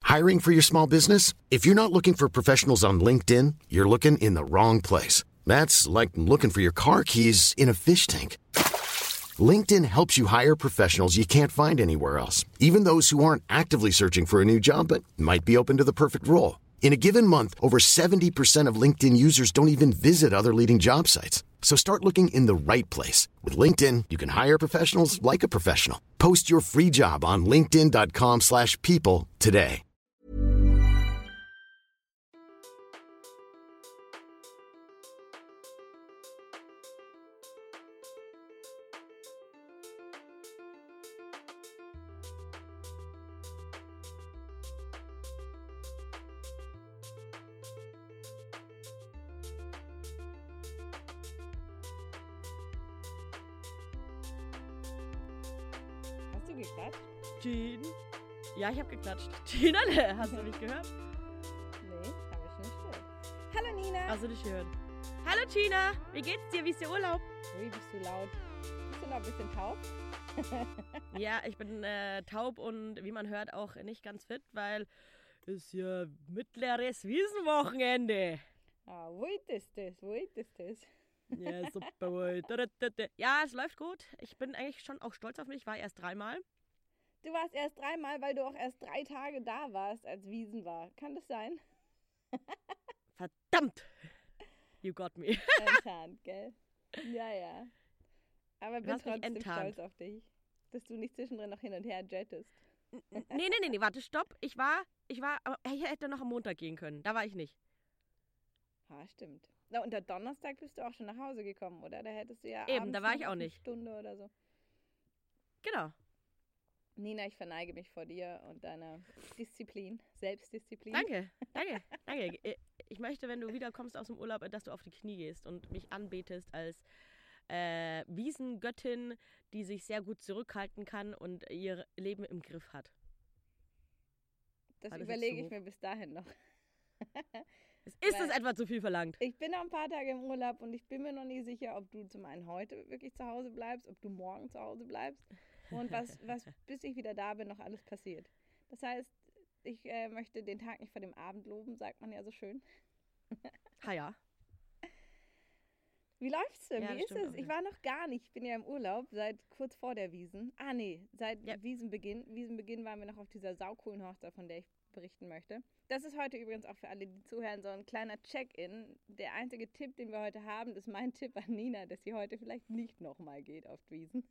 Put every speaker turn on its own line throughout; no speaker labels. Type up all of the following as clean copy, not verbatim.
Hiring for your small business? If you're not looking for professionals on LinkedIn, you're looking in the wrong place. That's like looking for your car keys in a fish tank. LinkedIn helps you hire professionals you can't find anywhere else, even those who aren't actively searching for a new job but might be open to the perfect role. In a given month, over 70% of LinkedIn users don't even visit other leading job sites. So start looking in the right place. With LinkedIn, you can hire professionals like a professional. Post your free job on linkedin.com/people today.
Hast du geklatscht?
Jean? Ja, ich habe geklatscht. Gina, hast du mich gehört?
Nee, habe ich nicht gehört. Hallo Nina!
Hast du dich gehört? Hallo Gina, wie geht's dir? Wie ist der Urlaub?
Ui, bist du laut? Bist du noch ein bisschen taub?
Ja, ich bin taub und wie man hört auch nicht ganz fit, weil es ja mittleres Wiesenwochenende.
Ah, wo ist das?
Ja, super. Ja, es läuft gut. Ich bin eigentlich schon auch stolz auf mich. Ich war erst 3-mal.
Du warst erst 3-mal, weil du auch erst 3 Tage da warst, als Wiesen war. Kann das sein?
Verdammt! You got me.
Enttarnt, gell? Ja. Aber bin
hast mich
trotzdem
enttarnt.
stolz auf dich, dass du nicht zwischendrin noch hin und her jettest.
Nee, warte, stopp. Ich hätte noch am Montag gehen können. Da war ich nicht.
Ah, stimmt. Na, und der Donnerstag bist du auch schon nach Hause gekommen, oder? Da hättest du ja
Eben,
abends
da war ich
noch
auch
eine
nicht.
Stunde oder so.
Genau.
Nina, ich verneige mich vor dir und deiner Disziplin, Selbstdisziplin.
Danke. Ich möchte, wenn du wiederkommst aus dem Urlaub, dass du auf die Knie gehst und mich anbetest als Wiesengöttin, die sich sehr gut zurückhalten kann und ihr Leben im Griff hat.
Das
War das
überlege
jetzt
ich
zu
mir bis dahin noch.
Ist das etwa zu viel verlangt?
Ich bin noch ein paar Tage im Urlaub und ich bin mir noch nie sicher, ob du zum einen heute wirklich zu Hause bleibst, ob du morgen zu Hause bleibst und was bis ich wieder da bin, noch alles passiert. Das heißt, ich möchte den Tag nicht vor dem Abend loben, sagt man ja so schön.
Ha ja.
Wie läuft's denn?
Ja,
Wie
das
ist
stimmt
es?
auch,
Ich
ja.
war noch gar nicht. Ich bin ja im Urlaub seit kurz vor der Wiesn. Seit
Ja.
Wiesenbeginn. Wiesenbeginn waren wir noch auf dieser saucoolen Hochzeit, von der ich berichten möchte. Das ist heute übrigens auch für alle, die zuhören, so ein kleiner Check-in. Der einzige Tipp, den wir heute haben, ist mein Tipp an Nina, dass sie heute vielleicht nicht nochmal geht auf die Wiesn.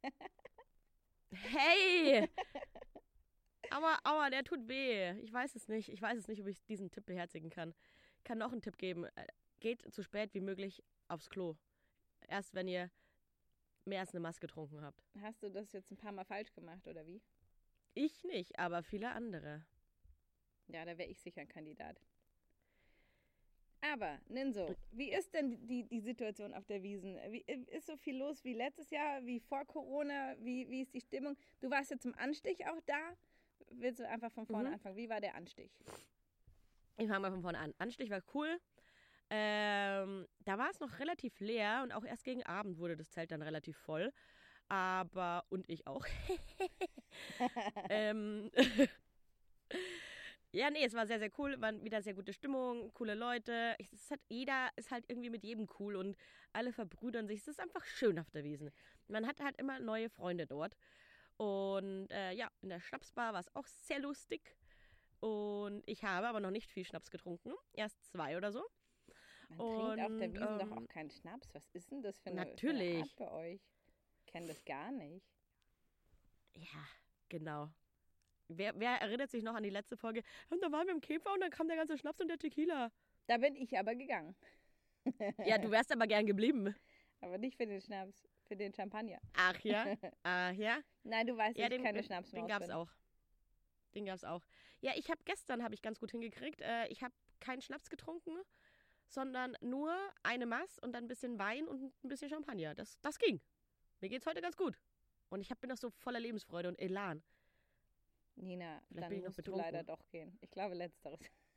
Hey! Aua, der tut weh. Ich weiß es nicht, ob ich diesen Tipp beherzigen kann. Ich kann noch einen Tipp geben. Geht so spät wie möglich aufs Klo. Erst wenn ihr mehr als eine Maske getrunken habt.
Hast du das jetzt ein paar Mal falsch gemacht, oder wie?
Ich nicht, aber viele andere.
Ja, da wäre ich sicher ein Kandidat. Aber, Ninso, wie ist denn die Situation auf der Wiesn? Ist so viel los wie letztes Jahr, wie vor Corona? Wie ist die Stimmung? Du warst ja zum Anstich auch da. Willst du einfach von vorne anfangen? Wie war der Anstich?
Ich fange mal von vorne an. Anstich war cool. Da war es noch relativ leer und auch erst gegen Abend wurde das Zelt dann relativ voll. Und ich auch. Ja, nee, es war sehr, sehr cool. War wieder sehr gute Stimmung, coole Leute. Jeder ist halt irgendwie mit jedem cool und alle verbrüdern sich. Es ist einfach schön auf der Wiesn. Man hat halt immer neue Freunde dort. Und in der Schnapsbar war es auch sehr lustig. Und ich habe aber noch nicht viel Schnaps getrunken. Erst 2 oder so.
Man trinkt auf der Wiesn doch auch keinen Schnaps. Was ist denn das für eine Art bei euch? Ich kenne das gar nicht.
Ja, genau. Wer erinnert sich noch an die letzte Folge? Und da waren wir im Käfer und dann kam der ganze Schnaps und der Tequila.
Da bin ich aber gegangen.
Ja, du wärst aber gern geblieben.
Aber nicht für den Schnaps, für den Champagner.
Ach ja?
Nein, du weißt, dass ich keine Schnapsmaus
Den gab's
bin.
auch. Den gab's auch. Ja, gestern habe ich ganz gut hingekriegt. Ich habe keinen Schnaps getrunken, sondern nur eine Maß und dann ein bisschen Wein und ein bisschen Champagner. Das ging. Mir geht's heute ganz gut. Und ich bin noch so voller Lebensfreude und Elan.
Nina,
Vielleicht
dann
bin ich noch
musst du
betrunken.
leider doch gehen. Ich glaube, letzteres.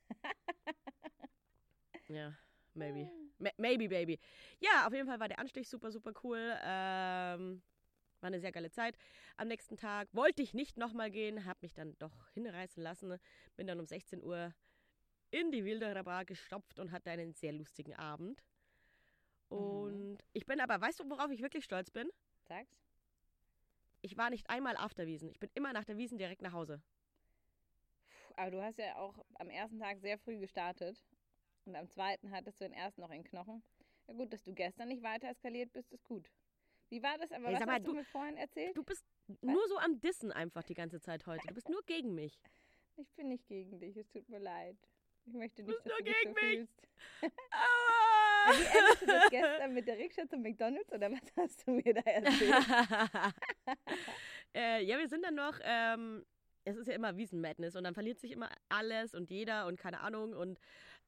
Ja, maybe. Maybe, baby. Ja, auf jeden Fall war der Anstich super, super cool. Man War eine sehr geile Zeit. Am nächsten Tag wollte ich nicht nochmal gehen, habe mich dann doch hinreißen lassen. Bin dann um 16 Uhr in die Wilderer Bar gestopft und hatte einen sehr lustigen Abend. Und ich bin aber, weißt du, worauf ich wirklich stolz bin?
Sag's.
Ich war nicht einmal auf der Wiesn. Ich bin immer nach der Wiesn direkt nach Hause.
Aber du hast ja auch am ersten Tag sehr früh gestartet und am zweiten hattest du den ersten noch in Knochen. Ja gut, dass du gestern nicht weiter eskaliert bist, ist gut. Wie war das? Aber
Hey,
was
sag mal,
hast du mir vorhin erzählt?
Du bist nur so am Dissen einfach die ganze Zeit heute. Du bist nur gegen mich.
Ich bin nicht gegen dich, es tut mir leid. Ich möchte nicht,
bist
dass
nur
du dich
gegen
so
mich.
fühlst.
Ah!
Wie endest du das gestern mit der Rikscha zum McDonald's oder was hast du mir da erzählt?
Ja, wir sind dann noch, es ist ja immer Wiesen-Madness und dann verliert sich immer alles und jeder und keine Ahnung und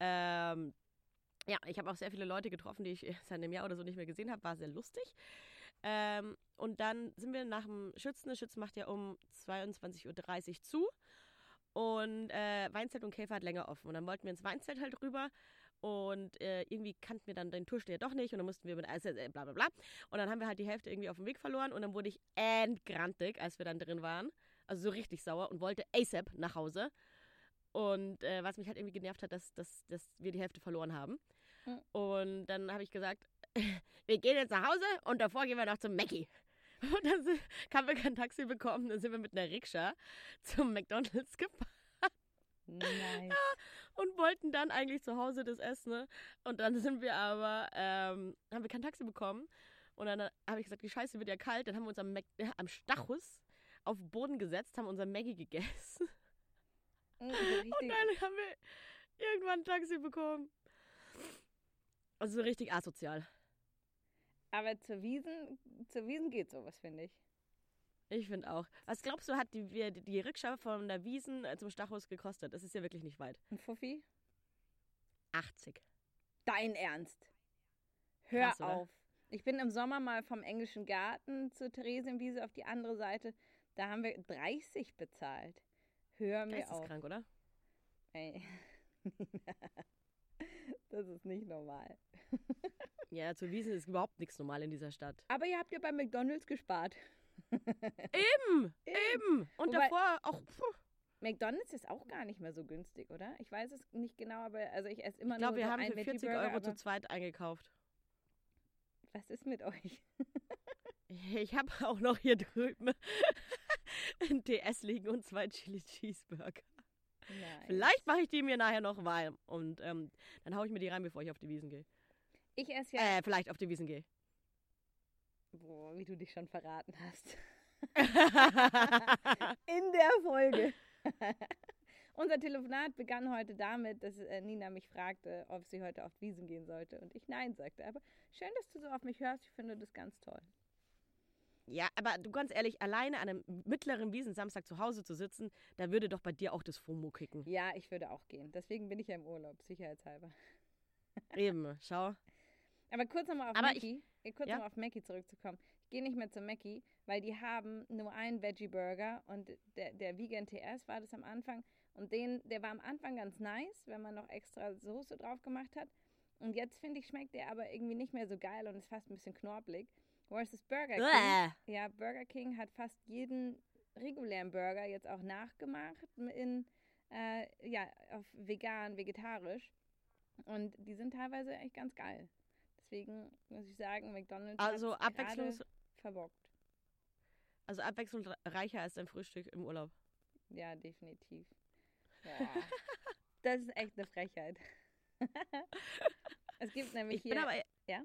ja, ich habe auch sehr viele Leute getroffen, die ich seit einem Jahr oder so nicht mehr gesehen habe, war sehr lustig. Und dann sind wir nach dem Schützen, der Schützen macht ja um 22:30 Uhr zu und Weinzelt und Käfer hat länger offen und dann wollten wir ins Weinzelt halt rüber. Und irgendwie kannten wir dann den Toursteher doch nicht und dann mussten wir mit bla bla bla. Und dann haben wir halt die Hälfte irgendwie auf dem Weg verloren und dann wurde ich endgrantig, als wir dann drin waren. Also so richtig sauer und wollte ASAP nach Hause. Und was mich halt irgendwie genervt hat, dass wir die Hälfte verloren haben. Und dann habe ich gesagt, wir gehen jetzt nach Hause und davor gehen wir noch zum Mackie. Und dann haben wir kein Taxi bekommen, dann sind wir mit einer Rikscha zum McDonald's gefahren.
Nice.
Und wollten dann eigentlich zu Hause das essen. Ne? Und dann sind wir aber, haben wir kein Taxi bekommen. Und dann habe ich gesagt, die Scheiße wird ja kalt. Dann haben wir uns am Stachus auf den Boden gesetzt, haben unser Maggi gegessen. Und dann haben wir irgendwann ein Taxi bekommen. Also so richtig asozial.
Aber zur Wiesn geht sowas, finde ich.
Ich finde auch. Was glaubst du, hat die Rikscha von der Wiesn zum Stachus gekostet? Das ist ja wirklich nicht weit.
Ein Fuffi?
80.
Dein Ernst? Hör
Krass,
auf. Ich bin im Sommer mal vom Englischen Garten zur Theresienwiese auf die andere Seite. Da haben wir 30 bezahlt. Hör mir auf.
Geisteskrank, oder?
Ey. Das ist nicht normal.
Ja, zur Wiesn ist überhaupt nichts normal in dieser Stadt.
Aber ihr habt ja bei McDonald's gespart.
Eben. Und
Wobei,
davor auch.
McDonald's ist auch gar nicht mehr so günstig, oder? Ich weiß es nicht genau, aber also ich esse immer
Ich glaube,
nur
wir
so
haben
einen
für 40
Veggie-Burger,
Euro zu zweit eingekauft.
Was ist mit euch?
Ich habe auch noch hier drüben ein TS liegen und 2 Chili Cheeseburger.
Nein.
Vielleicht mache ich die mir nachher noch warm und dann haue ich mir die rein, bevor ich auf die Wiesn gehe.
Ich esse ja...
Vielleicht auf die Wiesn gehe.
Boah, wie du dich schon verraten hast. In der Folge. Unser Telefonat begann heute damit, dass Nina mich fragte, ob sie heute auf Wiesn gehen sollte. Und ich nein sagte. Aber schön, dass du so auf mich hörst. Ich finde das ganz toll.
Ja, aber du ganz ehrlich, alleine an einem mittleren Wiesensamstag zu Hause zu sitzen, da würde doch bei dir auch das FOMO kicken.
Ja, ich würde auch gehen. Deswegen bin ich ja im Urlaub, sicherheitshalber.
Eben, schau.
Aber kurz nochmal auf
Aber
Mackie. Kurz nochmal auf Mackie zurückzukommen. Ich gehe nicht mehr zu Mackie, weil die haben nur einen Veggie-Burger und der Vegan TS war das am Anfang. Und der war am Anfang ganz nice, wenn man noch extra Soße drauf gemacht hat. Und jetzt, finde ich, schmeckt der aber irgendwie nicht mehr so geil und ist fast ein bisschen knorpelig. Versus Burger King. Ja, Burger King hat fast jeden regulären Burger jetzt auch nachgemacht auf vegan, vegetarisch. Und die sind teilweise echt ganz geil. Deswegen muss ich sagen, McDonald's hat gerade verbockt.
Also abwechslungsreicher als dein Frühstück im Urlaub.
Ja, definitiv. Ja. Das ist echt eine Frechheit. Es gibt nämlich hier... ja?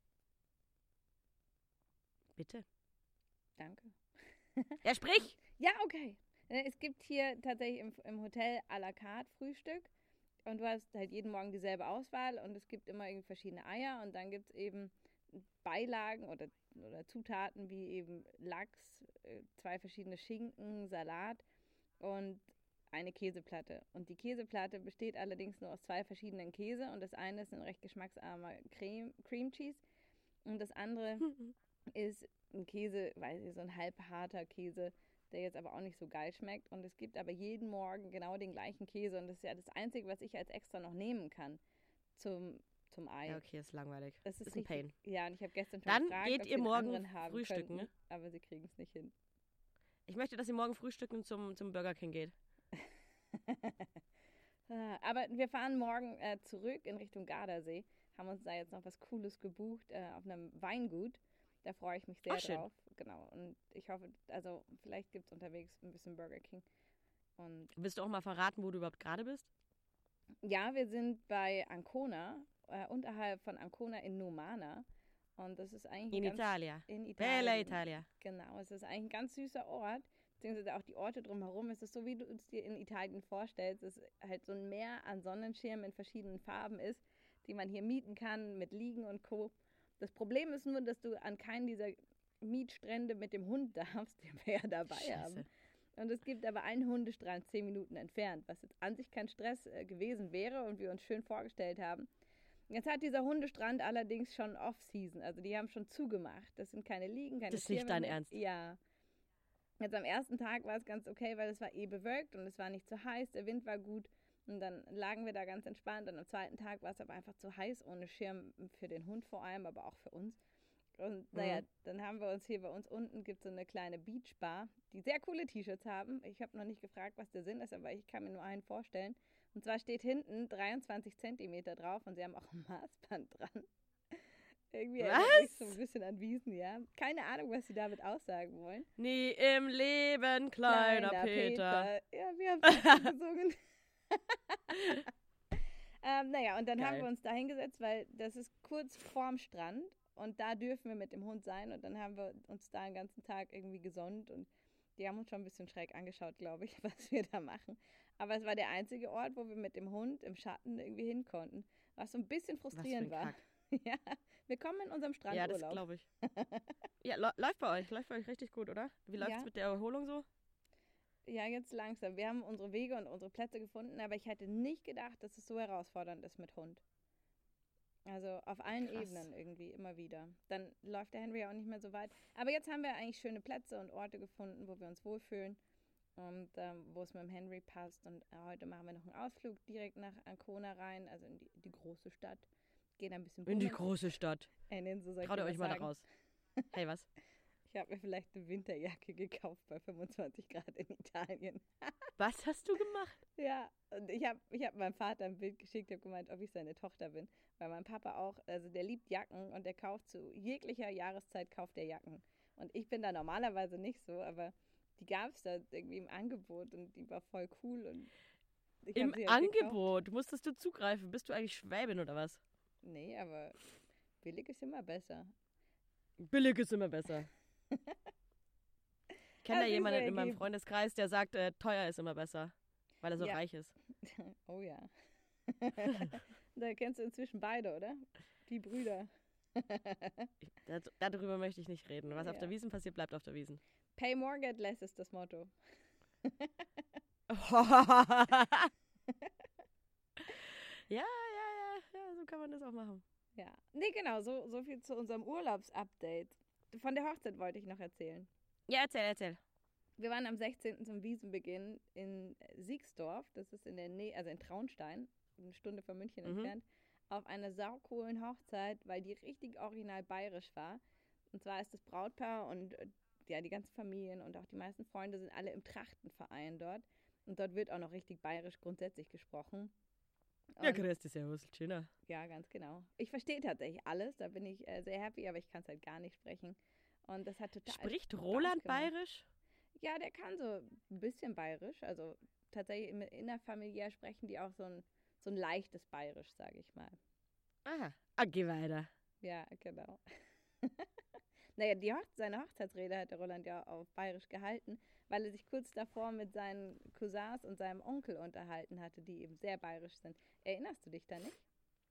Bitte.
Danke.
Ja, sprich!
Ja, okay. Es gibt hier tatsächlich im Hotel à la carte Frühstück und du hast halt jeden Morgen dieselbe Auswahl und es gibt immer irgendwie verschiedene Eier und dann gibt es eben Beilagen oder Zutaten wie eben Lachs, 2 verschiedene Schinken, Salat und eine Käseplatte. Und die Käseplatte besteht allerdings nur aus 2 verschiedenen Käse und das eine ist ein recht geschmacksarmer Cream Cheese und das andere ist ein Käse, weiß ich, so ein halbharter Käse, der jetzt aber auch nicht so geil schmeckt. Und es gibt aber jeden Morgen genau den gleichen Käse. Und das ist ja das Einzige, was ich als extra noch nehmen kann zum zum Ei.
Ja, okay, ist langweilig.
Das
ist ein
richtig,
Pain.
Ja, und ich habe gestern schon
Dann
gefragt,
geht
ob
ihr
sie einen
morgen
anderen haben
frühstücken,
könnten, aber sie kriegen es nicht hin.
Ich möchte, dass ihr morgen frühstücken zum Burger King geht.
Aber wir fahren morgen zurück in Richtung Gardasee, haben uns da jetzt noch was Cooles gebucht auf einem Weingut. Da freue ich mich sehr
Ach, schön.
drauf. Genau. Und ich hoffe, also vielleicht gibt es unterwegs ein bisschen Burger King. Und
Willst du auch mal verraten, wo du überhaupt gerade bist?
ja, wir sind bei Ancona, unterhalb von Ancona in Numana. Und das ist eigentlich
In
ein ganz,
Italia.
in
Bella
Italien.
Italia.
Genau, es ist eigentlich ein ganz süßer Ort, beziehungsweise auch die Orte drumherum. Es ist so, wie du es dir in Italien vorstellst. Es ist halt so ein Meer an Sonnenschirmen in verschiedenen Farben ist, die man hier mieten kann mit Liegen und Co. Das Problem ist nur, dass du an keinen dieser Mietstrände mit dem Hund darfst, den wir ja dabei haben.
Scheiße.
Und es gibt aber einen Hundestrand 10 Minuten entfernt, was jetzt an sich kein Stress gewesen wäre und wir uns schön vorgestellt haben. Jetzt hat dieser Hundestrand allerdings schon Off-Season, also die haben schon zugemacht. Das sind keine Liegen, keine
Das ist nicht
Schirme
dein
mehr.
Ernst?
Ja. Jetzt am ersten Tag war es ganz okay, weil es war bewölkt und es war nicht zu heiß, der Wind war gut und dann lagen wir da ganz entspannt. Und am zweiten Tag war es aber einfach zu heiß, ohne Schirm für den Hund vor allem, aber auch für uns. Und naja, dann haben wir uns hier bei uns unten, gibt es so eine kleine Beachbar, die sehr coole T-Shirts haben. Ich habe noch nicht gefragt, was der Sinn ist, aber ich kann mir nur einen vorstellen. Und zwar steht hinten 23 Zentimeter drauf und sie haben auch ein Maßband dran. Irgendwie erinnert mich so ein bisschen an Wiesen, ja. Keine Ahnung, was sie damit aussagen wollen.
Nie im Leben, kleiner Peter.
Ja, wir haben es gesungen. Naja, und dann
Geil.
haben wir uns da hingesetzt, weil das ist kurz vorm Strand und da dürfen wir mit dem Hund sein. Und dann haben wir uns da den ganzen Tag irgendwie gesonnt und die haben uns schon ein bisschen schräg angeschaut, glaube ich, was wir da machen. Aber es war der einzige Ort, wo wir mit dem Hund im Schatten irgendwie hin konnten, was so ein bisschen frustrierend war.
Kack.
Ja, wir kommen in unserem
Ja,
Strandurlaub.
das glaube ich. Ja, läuft bei euch richtig gut, oder? Wie läuft's
Ja.
mit der Erholung so?
Ja, jetzt langsam. Wir haben unsere Wege und unsere Plätze gefunden, aber ich hätte nicht gedacht, dass es so herausfordernd ist mit Hund. Also auf allen
Krass.
Ebenen irgendwie immer wieder. Dann läuft der Henry auch nicht mehr so weit. Aber jetzt haben wir eigentlich schöne Plätze und Orte gefunden, wo wir uns wohlfühlen und wo es mit dem Henry passt. Und heute machen wir noch einen Ausflug direkt nach Ancona rein, also in die große Stadt. Gehen ein bisschen
In die
bummeln.
große Stadt.
So soll ich
Traut
dir
ihr
was
euch mal da
sagen.
raus. Hey, was?
Ich habe mir vielleicht eine Winterjacke gekauft bei 25 Grad in Italien.
Was hast du gemacht?
Ja, und ich hab meinem Vater ein Bild geschickt, habe gemeint, ob ich seine Tochter bin. Weil mein Papa auch, also der liebt Jacken und der kauft zu jeglicher Jahreszeit kauft er Jacken. Und ich bin da normalerweise nicht so, aber die gab es da irgendwie im Angebot und die war voll cool. Und ich
Im
hab sie halt gekauft.
Angebot musstest du zugreifen. Bist du eigentlich Schwäbin oder was?
Nee, aber billig ist immer besser.
Billig ist immer besser. Ich kenne
Hat
da
sich
jemanden
so
in meinem
ergeben.
Freundeskreis, der sagt, teuer ist immer besser, weil er so
Ja.
reich ist.
Oh ja. Da kennst du inzwischen beide, oder? Die Brüder.
Darüber möchte ich nicht reden. Was auf
Ja.
der Wiesn passiert, bleibt auf der Wiesn.
Pay more, get less ist das Motto.
Ja, so kann man das auch machen.
Ja. Nee, genau, so viel zu unserem Urlaubsupdate. Von der Hochzeit wollte ich noch erzählen.
Ja, erzähl.
Wir waren am 16. zum Wiesenbeginn in Siegsdorf, das ist in der Nähe, also in Traunstein, eine Stunde von München entfernt, auf einer saucoolen Hochzeit, weil die richtig original bayerisch war. Und zwar ist das Brautpaar und ja, die ganzen Familien und auch die meisten Freunde sind alle im Trachtenverein dort. Und dort wird auch noch richtig bayerisch grundsätzlich gesprochen.
Ja,
Und-
grüß dich, servus, Gina.
Ja, ganz genau. Ich verstehe tatsächlich alles, da bin ich sehr happy, aber ich kann es halt gar nicht sprechen. Und das hat total
Spricht
Spaß
Roland
gemacht.
bayerisch?
Ja, der kann so ein bisschen bayerisch. Also tatsächlich innerfamiliär sprechen die auch so ein leichtes Bayerisch, sage ich mal.
Aha. Geh weiter.
Ja, genau. Naja, seine Hochzeitsrede hat der Roland ja auf Bayerisch gehalten, weil er sich kurz davor mit seinen Cousins und seinem Onkel unterhalten hatte, die eben sehr bayerisch sind. Erinnerst du dich da nicht?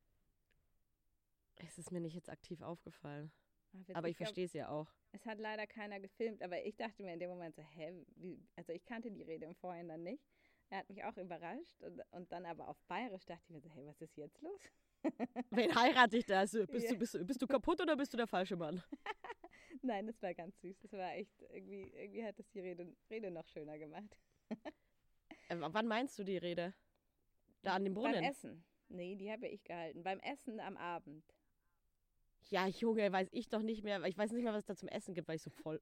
Es ist mir nicht jetzt aktiv aufgefallen.
Ach, witzig.
Aber ich
glaub,
verstehe es ja auch.
Es hat leider keiner gefilmt, aber ich dachte mir in dem Moment so, also ich kannte die Rede im Vorhinein dann nicht. Er hat mich auch überrascht und dann aber auf Bayerisch dachte ich mir so, hey, was ist jetzt los?
Wen heirate ich da? Also,
Ja.
bist du kaputt oder bist du der falsche Mann?
Nein, das war ganz süß. Das war echt, irgendwie hat das die Rede noch schöner gemacht.
Wann meinst du die Rede? Da an dem
Beim
Brunnen?
Essen. Nee, die habe ich gehalten. Beim Essen am Abend.
Ja, Junge, weiß ich doch nicht mehr. Ich weiß nicht mehr, was es da zum Essen gibt, weil ich so voll...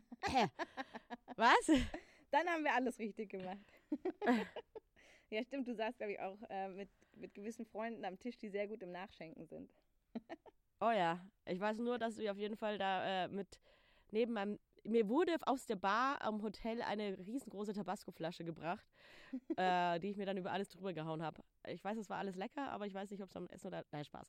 Was?
Dann haben wir alles richtig gemacht. Ja, stimmt, du saßt, glaube ich, auch mit gewissen Freunden am Tisch, die sehr gut im Nachschenken sind.
Oh ja, ich weiß nur, dass wir auf jeden Fall da mit neben meinem... Mir wurde aus der Bar am Hotel eine riesengroße Tabasco-Flasche gebracht, die ich mir dann über alles drüber gehauen habe. Ich weiß, es war alles lecker, aber ich weiß nicht, ob es am Essen oder... Nein, Spaß.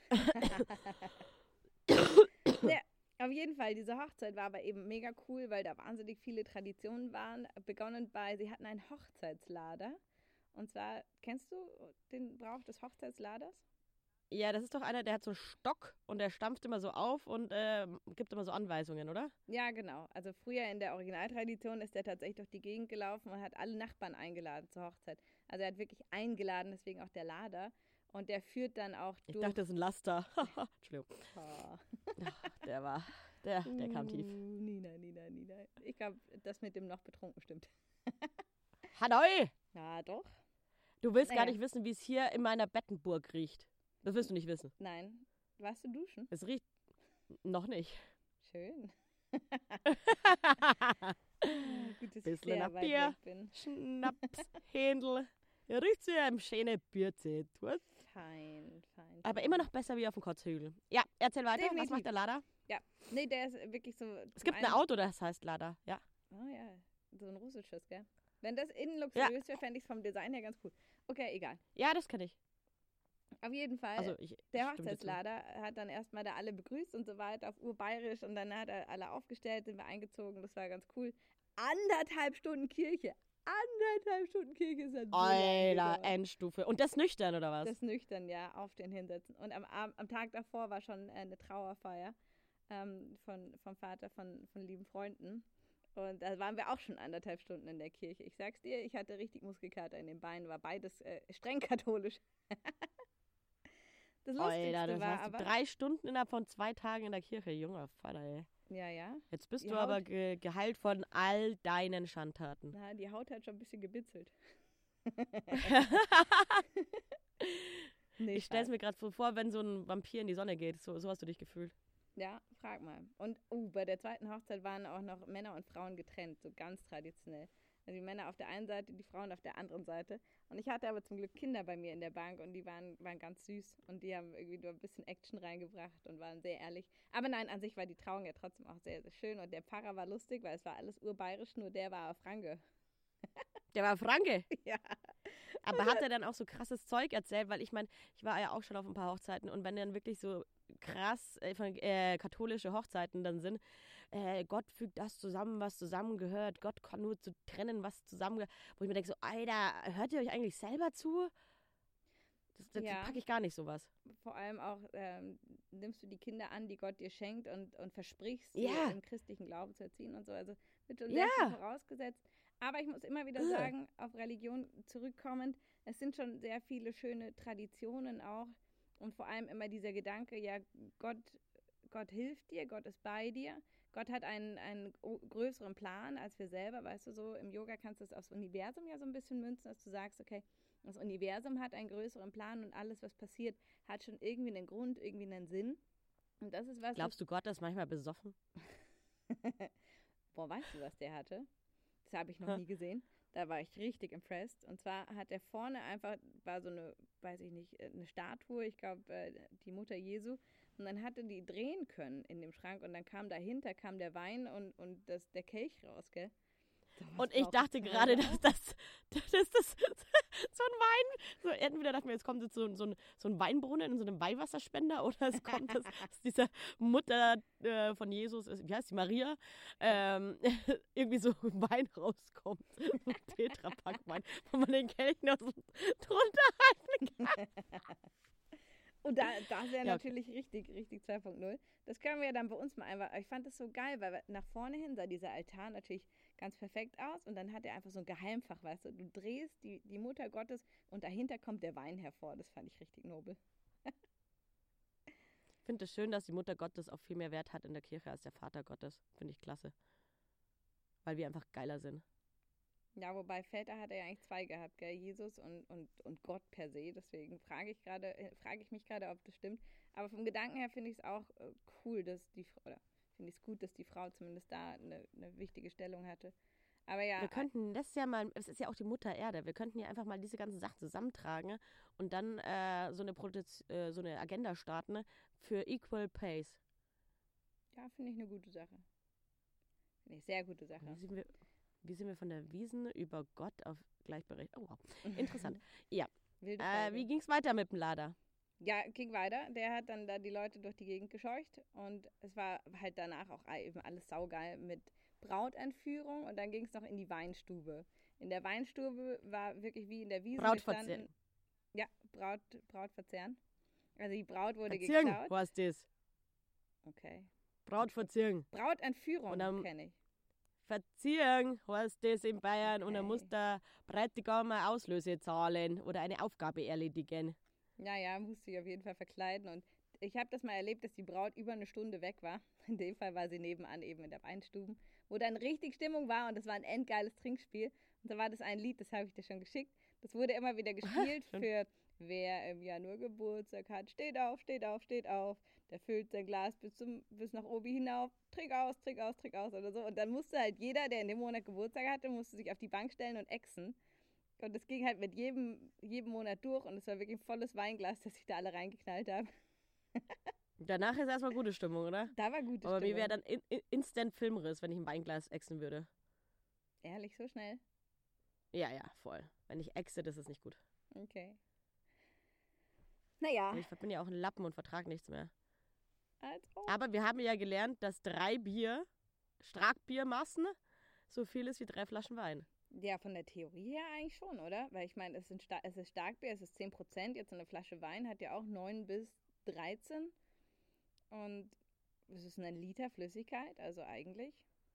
Ja, auf jeden Fall, diese Hochzeit war aber eben mega cool, weil da wahnsinnig viele Traditionen waren. Begonnen bei, sie hatten einen Hochzeitslader. Und zwar, kennst du den Brauch des Hochzeitsladers?
Ja, das ist doch einer, der hat so einen Stock und der stampft immer so auf und gibt immer so Anweisungen, oder?
Ja, genau. Also früher in der Originaltradition ist der tatsächlich durch die Gegend gelaufen und hat alle Nachbarn eingeladen zur Hochzeit. Also er hat wirklich eingeladen, deswegen auch der Lader. Und der führt dann auch
Ich
durch...
dachte, das ist ein Laster. Entschuldigung.
Oh.
Der kam tief.
Nina. Ich glaube, das mit dem noch betrunken stimmt.
Hanoi!
Ja, doch.
Du willst gar
Naja.
nicht wissen, wie es hier in meiner Bettenburg riecht. Das wirst du nicht wissen.
Nein. Warst du duschen?
Es riecht noch nicht.
Schön. Gut, dass ich
Bisschen
sehr
nach
weit
Bier.
weg bin.
Schnaps, Händel. Riecht sie im schönen Bierzett.
Fein.
Aber immer noch besser wie auf dem Kotzhügel. Ja, erzähl weiter. Was
Definitiv.
macht der Lader?
Ja, nee, der ist wirklich so...
Es gibt ein Auto, das heißt Lader. Ja.
Oh ja, so ein russisches, gell? Wenn das innen luxuriös wäre, fände ich es vom Design her ganz cool. Okay, egal.
Ja, das kenne ich.
Auf jeden Fall,
Also,
der
stimme dir zu.
Hochzeitslader hat dann erstmal da alle begrüßt und so weiter auf urbayerisch und dann hat er alle aufgestellt, sind wir eingezogen, das war ganz cool. 1,5 Stunden Kirche. 1,5 Stunden Kirche ist halt so lange
Alter,
gedauert.
Endstufe. Und das nüchtern, oder was?
Das nüchtern, ja, auf den Hinsetzen. Und am Tag davor war schon eine Trauerfeier vom Vater von lieben Freunden. Und da waren wir auch schon 1,5 Stunden in der Kirche. Ich sag's dir, ich hatte richtig Muskelkater in den Beinen, war beides streng katholisch. Das Lustigste
Alter, das
war
heißt,
aber...
3 Stunden innerhalb von 2 Tagen in der Kirche. Junger Vater, ey.
Ja.
Jetzt bist
Die
du aber
Haut-
geheilt von all deinen Schandtaten.
Na, die Haut hat schon ein bisschen gebitzelt. Nee,
Ich stell's
Spaß.
mir gerade so vor, wenn so ein Vampir in die Sonne geht. So hast du dich gefühlt.
Ja, frag mal. Und bei der zweiten Hochzeit waren auch noch Männer und Frauen getrennt, so ganz traditionell. Also die Männer auf der einen Seite, die Frauen auf der anderen Seite. Und ich hatte aber zum Glück Kinder bei mir in der Bank und die waren ganz süß. Und die haben irgendwie nur ein bisschen Action reingebracht und waren sehr ehrlich. Aber nein, an sich war die Trauung ja trotzdem auch sehr, sehr schön. Und der Pfarrer war lustig, weil es war alles urbayerisch, nur der war Franke.
Der war Franke.
Ja.
Aber hat er dann auch so krasses Zeug erzählt? Weil ich meine, ich war ja auch schon auf ein paar Hochzeiten und wenn dann wirklich so krass katholische Hochzeiten dann sind, Gott fügt das zusammen, was zusammengehört. Gott kann nur zu trennen, was zusammengehört. Wo ich mir denke so, Alter, hört ihr euch eigentlich selber zu? Das
Ja.
packe ich gar nicht sowas.
Vor allem auch nimmst du die Kinder an, die Gott dir schenkt und versprichst, sie
Ja.
im christlichen Glauben zu erziehen und so. Also wird schon
Ja.
sehr viel vorausgesetzt. Aber ich muss immer wieder sagen, auf Religion zurückkommend, es sind schon sehr viele schöne Traditionen auch. Und vor allem immer dieser Gedanke, ja, Gott hilft dir, Gott ist bei dir. Gott hat einen größeren Plan als wir selber, weißt du, so im Yoga kannst du es aufs Universum ja so ein bisschen münzen, dass du sagst, okay, das Universum hat einen größeren Plan und alles, was passiert, hat schon irgendwie einen Grund, irgendwie einen Sinn. Und das ist was...
Glaubst du, Gott ist manchmal besoffen?
Boah, weißt du, was der hatte? Das habe ich noch nie gesehen. Da war ich richtig impressed. Und zwar hat er vorne einfach, war so eine, weiß ich nicht, eine Statue, ich glaube, die Mutter Jesu. Und dann hatte die drehen können in dem Schrank und dann kam dahinter, der Wein und der Kelch raus, gell?
Und ich dachte gerade, dass das so ein Wein, so entweder dachten wir, jetzt kommt jetzt so ein Weinbrunnen in so einem Weihwasserspender oder es kommt, dass dieser Mutter von Jesus, wie heißt die, Maria, irgendwie so Wein rauskommt, so ein Tetrapack-Wein, wo man den Kelch noch so drunter halten kann.
Und da ist er
Ja, okay.
natürlich richtig 2.0. Das können wir ja dann bei uns mal einfach. Ich fand das so geil, weil nach vorne hin sah dieser Altar natürlich ganz perfekt aus und dann hat er einfach so ein Geheimfach, weißt du. Du drehst die Mutter Gottes und dahinter kommt der Wein hervor. Das fand ich richtig nobel.
Ich finde es schön, dass die Mutter Gottes auch viel mehr Wert hat in der Kirche als der Vater Gottes. Finde ich klasse. Weil wir einfach geiler sind.
Ja, wobei Väter hat er ja eigentlich zwei gehabt, gell? Jesus und Gott per se. Deswegen frage ich mich gerade, ob das stimmt. Aber vom Gedanken her finde ich es auch cool, dass oder finde ich es gut, dass die Frau zumindest da eine wichtige Stellung hatte. Aber ja,
Wir könnten das ja mal, es ist ja auch die Mutter Erde, wir könnten ja einfach mal diese ganzen Sachen zusammentragen und dann so eine Agenda starten für Equal Pays.
ja, finde ich eine gute Sache. Finde ich sehr gute Sache.
Wie sind wir von der Wiesen über Gott auf Gleichberechtigung? Oh, wow. Interessant. Ja.
Wilde Frage.
Wie ging es weiter mit dem Lader?
Ja, ging weiter. Der hat dann da die Leute durch die Gegend gescheucht und es war halt danach auch eben alles saugeil mit Brautentführung und dann ging es noch in die Weinstube. In der Weinstube war wirklich wie in der Wiese
Brautverzehr.
Ja, Braut verzehren. Also die Braut wurde
Verziehen,
geklaut.
was ist das?
Okay.
Brautverziehen.
Brautentführung
Und dann-
kenne ich.
Verziehen heißt das in Bayern und dann
Okay.
muss der Bräutigam eine Auslöse zahlen oder eine Aufgabe erledigen.
Ja, musste ich auf jeden Fall verkleiden und ich habe das mal erlebt, dass die Braut über eine Stunde weg war. In dem Fall war sie nebenan eben in der Weinstube, wo dann richtig Stimmung war und das war ein endgeiles Trinkspiel. Und da war das ein Lied, das habe ich dir schon geschickt. Das wurde immer wieder gespielt für wer im Januar Geburtstag hat. Steht auf, steht auf, steht auf. Der füllt sein Glas bis nach oben hinauf. Trink aus, trink aus, trink aus oder so. Und dann musste halt jeder, der in dem Monat Geburtstag hatte, musste sich auf die Bank stellen und ächzen. Und das ging halt mit jedem Monat durch und es war wirklich ein volles Weinglas, das ich da alle reingeknallt habe.
Danach ist erstmal gute Stimmung, oder?
Da war gute
Aber
Stimmung.
mir wäre dann instant Filmriss, wenn ich ein Weinglas exen würde.
Ehrlich, so schnell?
Ja, voll. Wenn ich exe, das ist nicht gut.
Okay. Naja,
Ich bin ja auch ein Lappen und vertrage nichts mehr.
also.
Aber wir haben ja gelernt, dass 3 Starkbiermassen so viel ist wie 3 Flaschen Wein.
Ja, von der Theorie her eigentlich schon, oder? Weil ich meine, es ist Starkbier, es ist 10%. Jetzt so eine Flasche Wein hat ja auch 9 bis 13. Und es ist ein Liter Flüssigkeit, also eigentlich.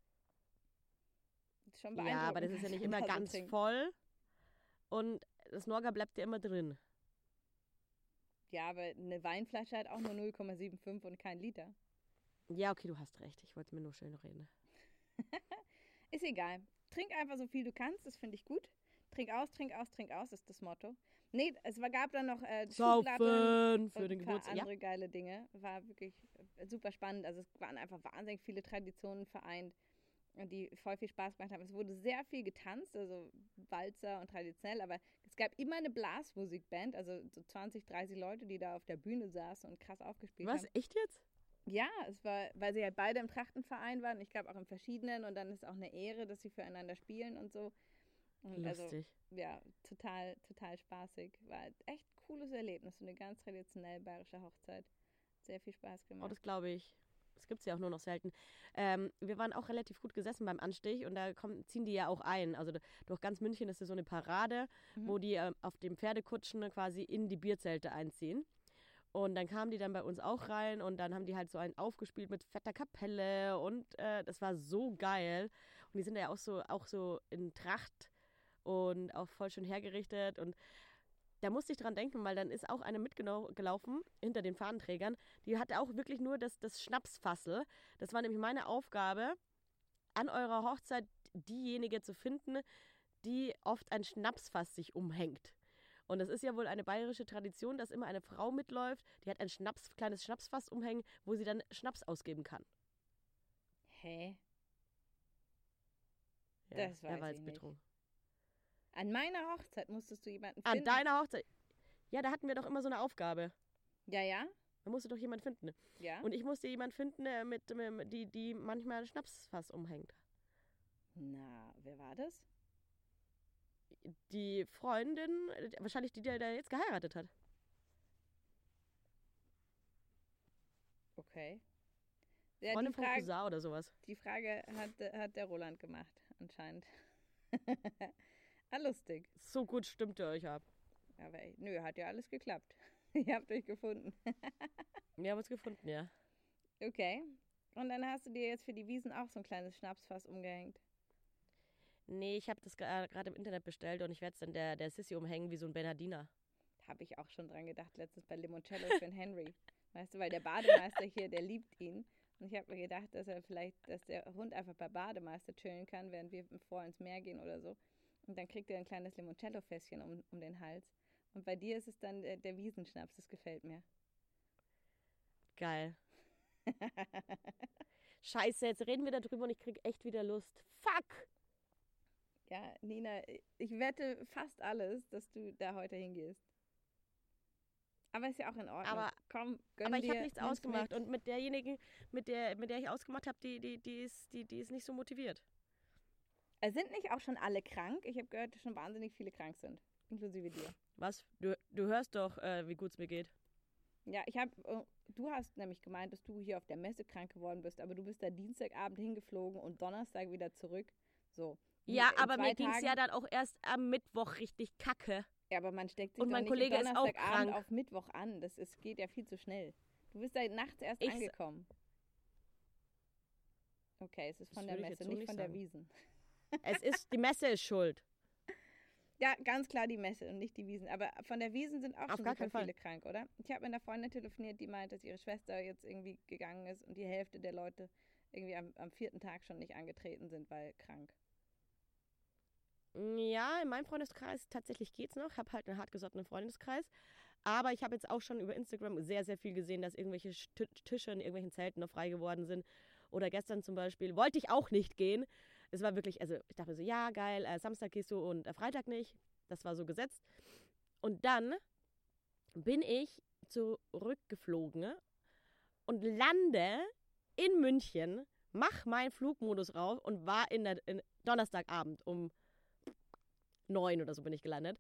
Ist schon beeindruckend.
Ja, aber das ist ja
was
nicht
man
immer
da so
ganz
trinkt.
voll. Und das Norga bleibt ja immer drin.
Ja, aber eine Weinflasche hat auch nur 0,75 und kein Liter.
Ja, okay, du hast recht. Ich wollte mir nur schön reden.
Ist egal. Trink einfach so viel du kannst, das finde ich gut. Trink aus, trink aus, trink aus, ist das Motto. Nee, gab dann noch Schuhplatten
Saufen für
und
den
ein paar
Geburtstag. Ja,
andere geile Dinge. War wirklich super spannend. Also es waren einfach wahnsinnig viele Traditionen vereint, die voll viel Spaß gemacht haben. Es wurde sehr viel getanzt, also Walzer und traditionell, aber es gab immer eine Blasmusikband, also so 20, 30 Leute, die da auf der Bühne saßen und krass aufgespielt
was?
haben.
Echt jetzt?
Ja, es war, weil sie halt beide im Trachtenverein waren, ich glaube auch im verschiedenen und dann ist auch eine Ehre, dass sie füreinander spielen und so. Und also,
Lustig.
ja, total, total spaßig. War echt ein cooles Erlebnis, so eine ganz traditionell bayerische Hochzeit. Sehr viel Spaß
Oh,
gemacht.
das glaube ich. Das gibt es ja auch nur noch selten. Wir waren auch relativ gut gesessen beim Anstich und da ziehen die ja auch ein. Also durch ganz München ist das so eine Parade, wo die auf den Pferdekutschen quasi in die Bierzelte einziehen. Und dann kamen die dann bei uns auch rein und dann haben die halt so einen aufgespielt mit fetter Kapelle und das war so geil. Und die sind ja auch so in Tracht und auch voll schön hergerichtet und da musste ich dran denken, weil dann ist auch eine mitgelaufen hinter den Fahnenträgern. Die hatte auch wirklich nur das Schnapsfassel. Das war nämlich meine Aufgabe, an eurer Hochzeit diejenige zu finden, die oft ein Schnapsfass sich umhängt. Und es ist ja wohl eine bayerische Tradition, dass immer eine Frau mitläuft, die hat ein kleines Schnapsfass umhängen, wo sie dann Schnaps ausgeben kann.
Hä?
Ja,
Das
er
weiß
war
ich
jetzt
nicht.
betrunken.
An meiner Hochzeit musstest du jemanden
An
finden.
deiner Hochzeit. Ja, da hatten wir doch immer so eine Aufgabe.
Ja?
Da musste doch jemand finden.
Ja?
Und ich musste jemanden finden, die manchmal ein Schnapsfass umhängt.
Na, wer war das?
Die Freundin, wahrscheinlich die da jetzt geheiratet hat.
Okay. Ja,
Freundin von Cousin oder sowas.
die Frage hat der Roland gemacht, anscheinend. Lustig.
So gut stimmt ihr euch ab.
Aber nö, hat ja alles geklappt. Ihr habt euch gefunden.
Wir haben uns gefunden, ja.
Okay. Und dann hast du dir jetzt für die Wiesen auch so ein kleines Schnapsfass umgehängt.
Nee, ich habe das gerade im Internet bestellt und ich werde es dann der Sissy umhängen wie so ein Bernardiner.
Habe ich auch schon dran gedacht, letztens bei Limoncello für den Henry. Weißt du, weil der Bademeister hier, der liebt ihn. Und ich habe mir gedacht, dass der Hund einfach bei Bademeister chillen kann, während wir vor ins Meer gehen oder so. Und dann kriegt ihr ein kleines Limoncello-Fässchen um den Hals. Und bei dir ist es dann der Wiesenschnaps, das gefällt mir.
Geil. Scheiße, jetzt reden wir darüber und ich krieg echt wieder Lust. Fuck!
Ja, Nina, ich wette fast alles, dass du da heute hingehst. Aber ist ja auch in Ordnung.
Aber,
Komm, gönn
aber ich
dir,
habe nichts
nimm's
ausgemacht.
mit.
Und mit derjenigen, mit der ich ausgemacht habe, die ist nicht so motiviert.
Sind nicht auch schon alle krank? Ich habe gehört, dass schon wahnsinnig viele krank sind. Inklusive dir.
Was? Du hörst doch, wie gut es mir geht.
Ja, du hast nämlich gemeint, dass du hier auf der Messe krank geworden bist, aber du bist da Dienstagabend hingeflogen und Donnerstag wieder zurück. So.
Ja,
In
aber
2
mir ging es
Tagen-
ja dann auch erst am Mittwoch richtig kacke.
Ja, aber man steckt sich
Und
doch
mein
nicht
Kollege ist auch
Donnerstagabend
krank.
auf Mittwoch an. Es geht ja viel zu schnell. Du bist da nachts erst
Ich-
angekommen. Okay, es ist
Das
von der
würde ich
Messe,
jetzt so
nicht
nicht
von der
sagen.
Wiesn.
Die Messe ist schuld.
Ja, ganz klar die Messe und nicht die Wiesn. Aber von der Wiesn sind auch
Auf
schon
gar
super
keinen Fall.
viele krank, oder? Ich habe mit einer Freundin telefoniert, die meint, dass ihre Schwester jetzt irgendwie gegangen ist und die Hälfte der Leute irgendwie am 4. Tag schon nicht angetreten sind, weil krank.
Ja, in meinem Freundeskreis tatsächlich geht's noch. Ich habe halt einen hartgesottenen Freundeskreis. Aber ich habe jetzt auch schon über Instagram sehr, sehr viel gesehen, dass irgendwelche Tische in irgendwelchen Zelten noch frei geworden sind. Oder gestern zum Beispiel wollte ich auch nicht gehen. Es war wirklich, also ich dachte mir so, ja, geil, Samstag gehst du und Freitag nicht. Das war so gesetzt. Und dann bin ich zurückgeflogen und lande in München, mach meinen Flugmodus rauf und war in Donnerstagabend um 9 oder so bin ich gelandet.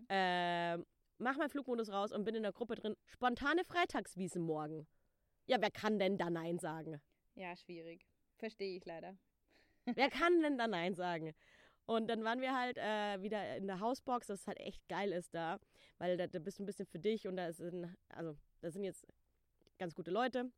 Mach meinen Flugmodus raus und bin in der Gruppe drin. Spontane Freitagswiese morgen. Ja, wer kann denn da Nein sagen?
Ja, schwierig. Verstehe ich leider.
Wer kann denn da Nein sagen? Und dann waren wir halt wieder in der Hausbox, das halt echt geil ist da, weil da bist du ein bisschen für dich und da sind jetzt ganz gute Leute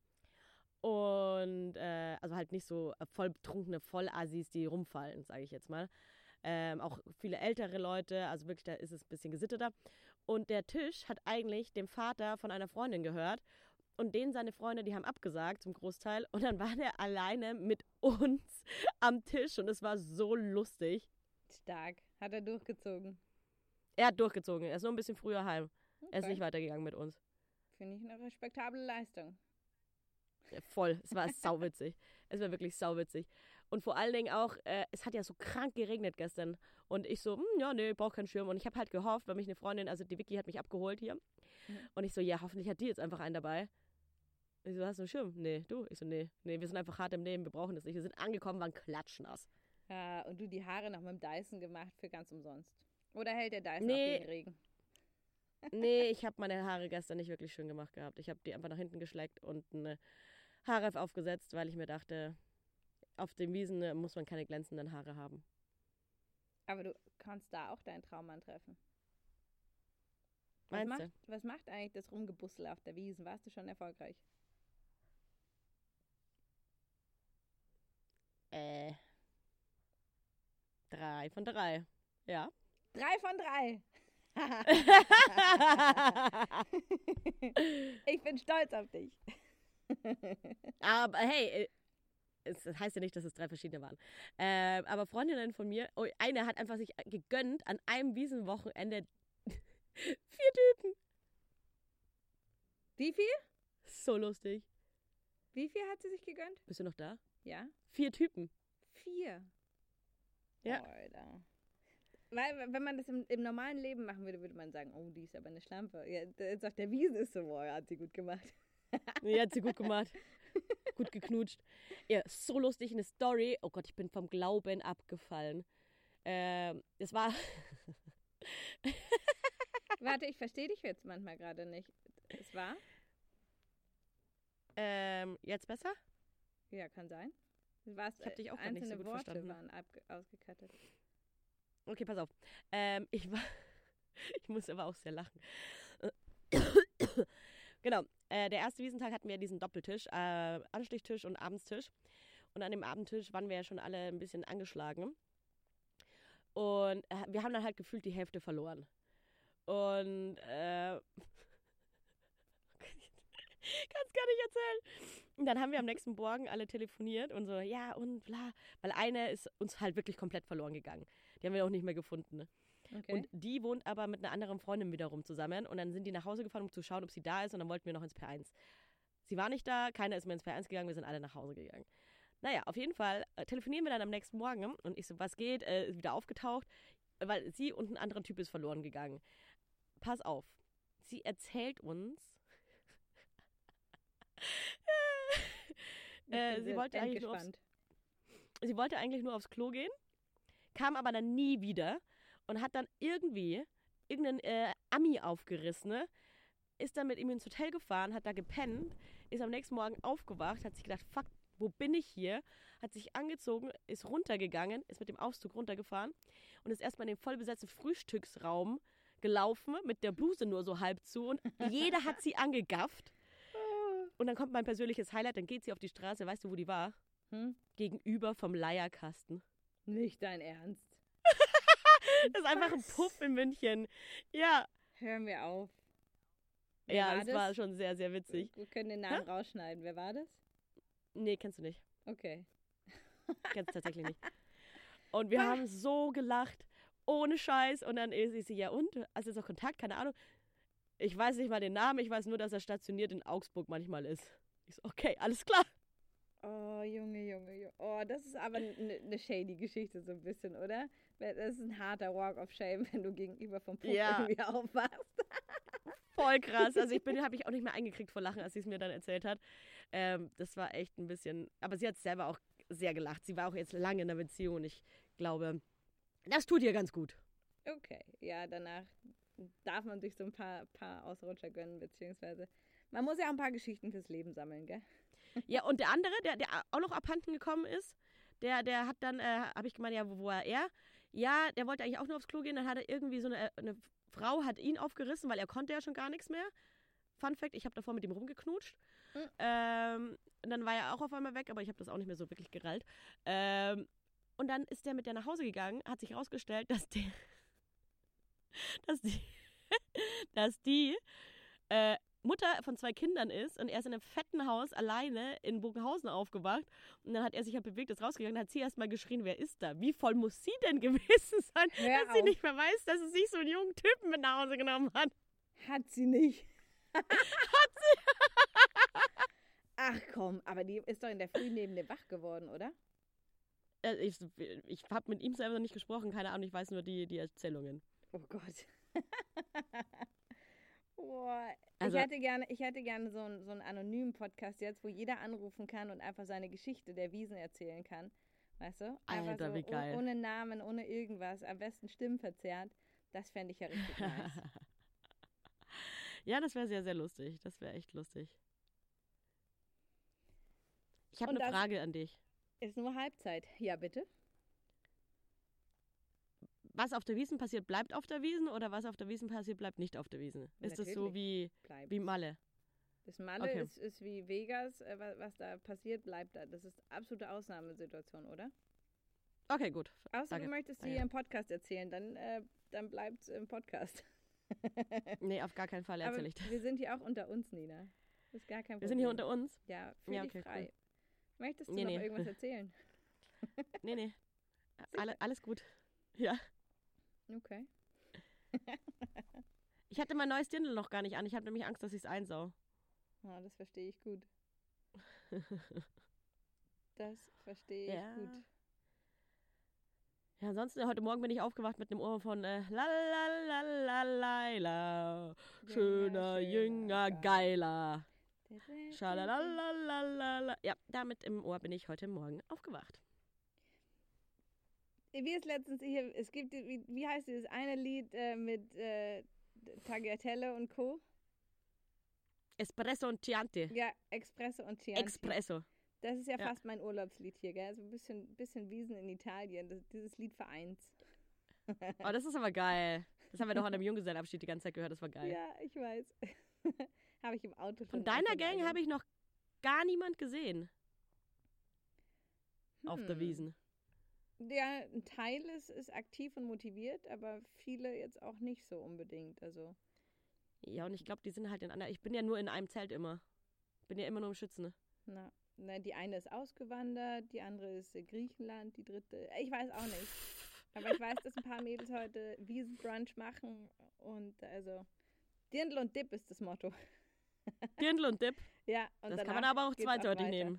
und also halt nicht so voll betrunkene Vollassis, die rumfallen, sage ich jetzt mal. Auch viele ältere Leute, also wirklich, da ist es ein bisschen gesitteter. Und der Tisch hat eigentlich dem Vater von einer Freundin gehört. Und seine Freunde, die haben abgesagt zum Großteil. Und dann war der alleine mit uns am Tisch. Und es war so lustig.
Stark. Hat er durchgezogen.
Er hat durchgezogen. Er ist nur ein bisschen früher heim. Er ist
Okay.
nicht weitergegangen mit uns.
Finde ich eine respektable Leistung.
Ja, voll. Es war sauwitzig. Es war wirklich sauwitzig. Und vor allen Dingen auch, es hat ja so krank geregnet gestern. Und ich so, ja, nee, ich brauche keinen Schirm. Und ich habe halt gehofft, weil mich eine Freundin, also die Vicky hat mich abgeholt hier. Und ich so, ja, hoffentlich hat die jetzt einfach einen dabei. Ich so, hast du einen Schirm? Nee, du? Ich so, nee, wir sind einfach hart im Leben, wir brauchen das nicht. Wir sind angekommen, waren klatschnass.
Und du die Haare noch mit dem Dyson gemacht für ganz umsonst. Oder hält der Dyson
Nee.
auch gegen Regen?
Nee, ich habe meine Haare gestern nicht wirklich schön gemacht gehabt. Ich habe die einfach nach hinten geschleckt und eine Haarreif aufgesetzt, weil ich mir dachte, auf den Wiesen muss man keine glänzenden Haare haben.
Aber du kannst da auch deinen Traummann treffen.
Meinst du?
Was macht eigentlich das Rumgebussel auf der Wiesn? Warst du schon erfolgreich?
3 von 3. Ja.
3 von 3. Ich bin stolz auf dich.
Aber hey, es heißt ja nicht, dass es 3 verschiedene waren. Aber Freundinnen von mir, eine hat einfach sich gegönnt, an einem Wiesenwochenende 4 Typen.
Wie viel?
So lustig.
Wie viel hat sie sich gegönnt?
Bist du noch da?
Ja.
4 Typen.
4.
Ja.
Alter. Weil, wenn man das im normalen Leben machen würde, würde man sagen, oh, die ist aber eine Schlampe. Ja, jetzt auf der Wiesn ist so, boah, hat sie gut gemacht.
Nee, hat sie gut gemacht. Gut geknutscht. Ja, so lustig, eine Story. Oh Gott, ich bin vom Glauben abgefallen. Es war...
Warte, ich verstehe dich jetzt manchmal gerade nicht. Es war?
Jetzt besser?
Ja, kann sein. Du warst,
Ich hab dich auch grad nicht so
einzelne
gut
Worte
verstanden.
waren ausgekattet.
Okay, pass auf. Ich muss aber auch sehr lachen. Genau, der erste Wiesentag hatten wir diesen Doppeltisch, Anstichtisch und Abendstisch. Und an dem Abendtisch waren wir ja schon alle ein bisschen angeschlagen. Und wir haben dann halt gefühlt die Hälfte verloren. Und kann's gar nicht erzählen. Und dann haben wir am nächsten Morgen alle telefoniert und so, ja und bla. Weil eine ist uns halt wirklich komplett verloren gegangen. Die haben wir auch nicht mehr gefunden. Ne?
Okay.
Und die wohnt aber mit einer anderen Freundin wiederum zusammen. Und dann sind die nach Hause gefahren, um zu schauen, ob sie da ist. Und dann wollten wir noch ins P1. Sie war nicht da, keiner ist mehr ins P1 gegangen, wir sind alle nach Hause gegangen. Naja, auf jeden Fall telefonieren wir dann am nächsten Morgen. Und ich so, was geht? Ist wieder aufgetaucht, weil sie und ein anderer Typ ist verloren gegangen. Pass auf, sie erzählt uns, sie wollte eigentlich nur aufs Klo gehen, kam aber dann nie wieder und hat dann irgendeinen Ami aufgerissen, ne? Ist dann mit ihm ins Hotel gefahren, hat da gepennt, ist am nächsten Morgen aufgewacht, hat sich gedacht, fuck, wo bin ich hier? Hat sich angezogen, ist runtergegangen, ist mit dem Aufzug runtergefahren und ist erstmal in den vollbesetzten Frühstücksraum gelaufen, mit der Bluse nur so halb zu und jeder hat sie angegafft. Und dann kommt mein persönliches Highlight, dann geht sie auf die Straße, weißt du, wo die war? Gegenüber vom Leierkasten.
Nicht dein Ernst.
Das ist einfach ein Puff in München. Ja.
Hör mir auf.
Ja, das war schon sehr, sehr witzig.
Wir können den Namen rausschneiden. Wer war das?
Nee, kennst du nicht.
Okay.
Kennst du tatsächlich nicht. Und wir haben so gelacht. Ohne Scheiß. Und dann ist sie, ja und? Hast du jetzt noch Kontakt? Keine Ahnung. Ich weiß nicht mal den Namen. Ich weiß nur, dass er stationiert in Augsburg manchmal ist. Ich so, okay, alles klar.
Oh, Junge. Oh, das ist aber eine shady Geschichte so ein bisschen, oder? Das ist ein harter Walk of Shame, wenn du gegenüber vom Puff irgendwie aufwachst.
Voll krass. Also habe ich auch nicht mehr eingekriegt vor Lachen, als sie es mir dann erzählt hat. Das war echt ein bisschen, aber sie hat selber auch sehr gelacht. Sie war auch jetzt lange in der Beziehung und ich glaube, das tut ihr ganz gut.
Okay, ja, danach darf man sich so ein paar Ausrutscher gönnen, beziehungsweise man muss ja auch ein paar Geschichten fürs Leben sammeln, gell?
Ja, und der andere, der auch noch abhanden gekommen ist, der hat dann, habe ich gemeint, ja, wo war er? Ja, der wollte eigentlich auch nur aufs Klo gehen, dann hat er irgendwie so eine Frau hat ihn aufgerissen, weil er konnte ja schon gar nichts mehr. Fun Fact, ich habe davor mit ihm rumgeknutscht. Und dann war er auch auf einmal weg, aber ich habe das auch nicht mehr so wirklich gerallt. Und dann ist der mit der nach Hause gegangen, hat sich herausgestellt, dass die Mutter von 2 Kindern ist und er ist in einem fetten Haus alleine in Bogenhausen aufgewacht und dann hat er sich halt bewegt, ist rausgegangen, dann hat sie erstmal geschrien, wer ist da? Wie voll muss sie denn gewesen sein, dass sie nicht mehr weiß, dass es sich so einen jungen Typen mit nach Hause genommen hat?
Hat sie nicht.
Hat sie?
Ach komm, aber die ist doch in der Früh neben dem wach geworden, oder?
Ich habe mit ihm selber noch nicht gesprochen, keine Ahnung, ich weiß nur die Erzählungen.
Oh Gott. Boah,
Also,
ich hätte gerne so einen anonymen Podcast jetzt, wo jeder anrufen kann und einfach seine Geschichte der Wiesn erzählen kann. Weißt du? Einfach
Alter,
so
wie geil.
Ohne Namen, ohne irgendwas, am besten stimmverzerrt. Das fände ich ja richtig nice.
Ja, das wäre sehr, sehr lustig. Das wäre echt lustig. Ich habe eine Frage an dich.
Ist nur Halbzeit. Ja, bitte?
Was auf der Wiesn passiert, bleibt auf der Wiesn oder was auf der Wiesn passiert, bleibt nicht auf der Wiesn? Ist das so wie Malle?
Das Malle ist wie Vegas. Was da passiert, bleibt da. Das ist absolute Ausnahmesituation, oder?
Okay, gut.
Außer du möchtest hier im Podcast erzählen, dann bleibt es im Podcast.
Nee, auf gar keinen Fall erzähle ich das.
Wir sind hier auch unter uns, Nina. Das ist gar kein Problem.
Wir sind hier unter uns?
Ja, fühl dich frei. Cool. Möchtest du noch
Nee.
irgendwas erzählen?
Nee. Alles gut. Ja.
Okay.
Ich hatte mein neues Dirndl noch gar nicht an. Ich habe nämlich Angst, dass ich es einsau.
Oh, das verstehe ich gut. Das verstehe ich gut.
Ja, ansonsten, heute Morgen bin ich aufgewacht mit einem Ohr von la la la la la schöner, jünger, geiler. Schalalalala. Ja, damit im Ohr bin ich heute Morgen aufgewacht.
Wie es letztens hier, es gibt, wie heißt dieses eine Lied mit Tagliatelle und Co.?
Espresso und Chianti.
Ja, Espresso und Chianti.
Espresso.
Das ist ja fast mein Urlaubslied hier, gell? So ein bisschen Wiesn in Italien. Dieses Lied vereint.
Oh, das ist aber geil. Das haben wir doch an einem Junggesellenabschied die ganze Zeit gehört. Das war geil.
Ja, ich weiß. Habe ich im Auto schon.
Von deiner Gang habe ich noch gar niemand gesehen. Auf der Wiesn.
Ja, ein Teil ist aktiv und motiviert, aber viele jetzt auch nicht so unbedingt. Also.
Ja, und ich glaube, die sind halt in anderen. Ich bin ja nur in einem Zelt immer. Bin ja immer nur im Schützen.
Na, die eine ist ausgewandert, die andere ist in Griechenland, die dritte. Ich weiß auch nicht. Aber ich weiß, dass ein paar Mädels heute Wiesenbrunch machen und also Dirndl und Dip ist das Motto.
Dirndl und Dip.
Ja, und
Das kann
danach
man aber auch
geht's
zweideutig
weiter.
nehmen.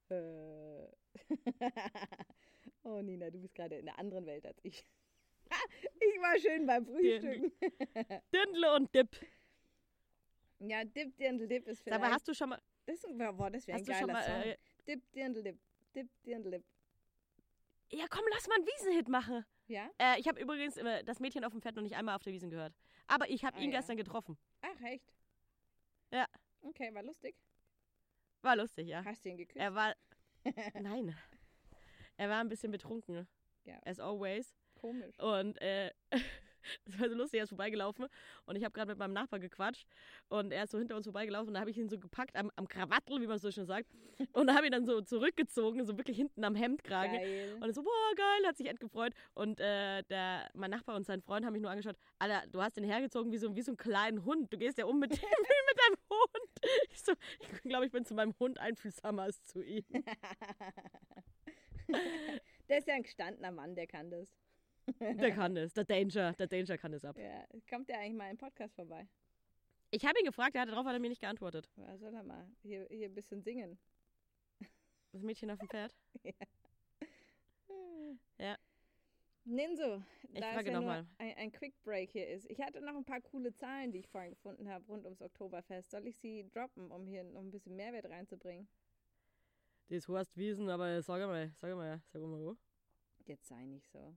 Oh Nina, du bist gerade in einer anderen Welt als ich. Ich war schön beim Frühstücken.
Dirndl und Dip.
Ja, Dip, Dirndl, Dip ist
Sag
vielleicht...
mal, hast du schon mal...
das wäre ein
Hast du
geiler
schon mal...
Song. Dip, Dirndl, Dip. Dip, Dirndl, Dip.
ja, komm, lass mal einen Wiesenhit machen.
Ja?
Ich habe übrigens das Mädchen auf dem Pferd noch nicht einmal auf der Wiesn gehört. Aber ich habe ihn
ja.
gestern getroffen.
Ach, echt?
Ja.
Okay, war lustig.
War lustig, ja.
Hast du ihn geküsst?
Er war... Nein. Er war ein bisschen betrunken.
Ja.
As always.
Komisch.
Und es war so lustig, er ist vorbeigelaufen und ich habe gerade mit meinem Nachbar gequatscht und er ist so hinter uns vorbeigelaufen und da habe ich ihn so gepackt am Krawattel, wie man so schön sagt, und habe ihn dann so zurückgezogen, so wirklich hinten am Hemdkragen.
Geil.
Und er so, boah, geil, hat sich endgefreut. Und mein Nachbar und sein Freund haben mich nur angeschaut, Alter, du hast den hergezogen wie so einen kleinen Hund. Du gehst ja um mit dem wie mit deinem Hund. Ich glaube, ich bin zu meinem Hund einfühlsamer als zu ihm.
Der ist ja ein gestandener Mann, der kann das.
Der kann das. Der Danger kann das ab.
Ja, kommt der eigentlich mal im Podcast vorbei?
Ich habe ihn gefragt, darauf hat er mir nicht geantwortet.
Ja, soll er mal hier ein bisschen singen?
Das Mädchen auf dem Pferd? Ja.
Ninso,
Ich
da es
frage
ja
noch
nur
mal.
ein Quick Break hier ist. Ich hatte noch ein paar coole Zahlen, die ich vorhin gefunden habe rund ums Oktoberfest. Soll ich sie droppen, um hier noch ein bisschen Mehrwert reinzubringen?
Das heißt Wiesen, aber sag mal wo.
Jetzt sei nicht so.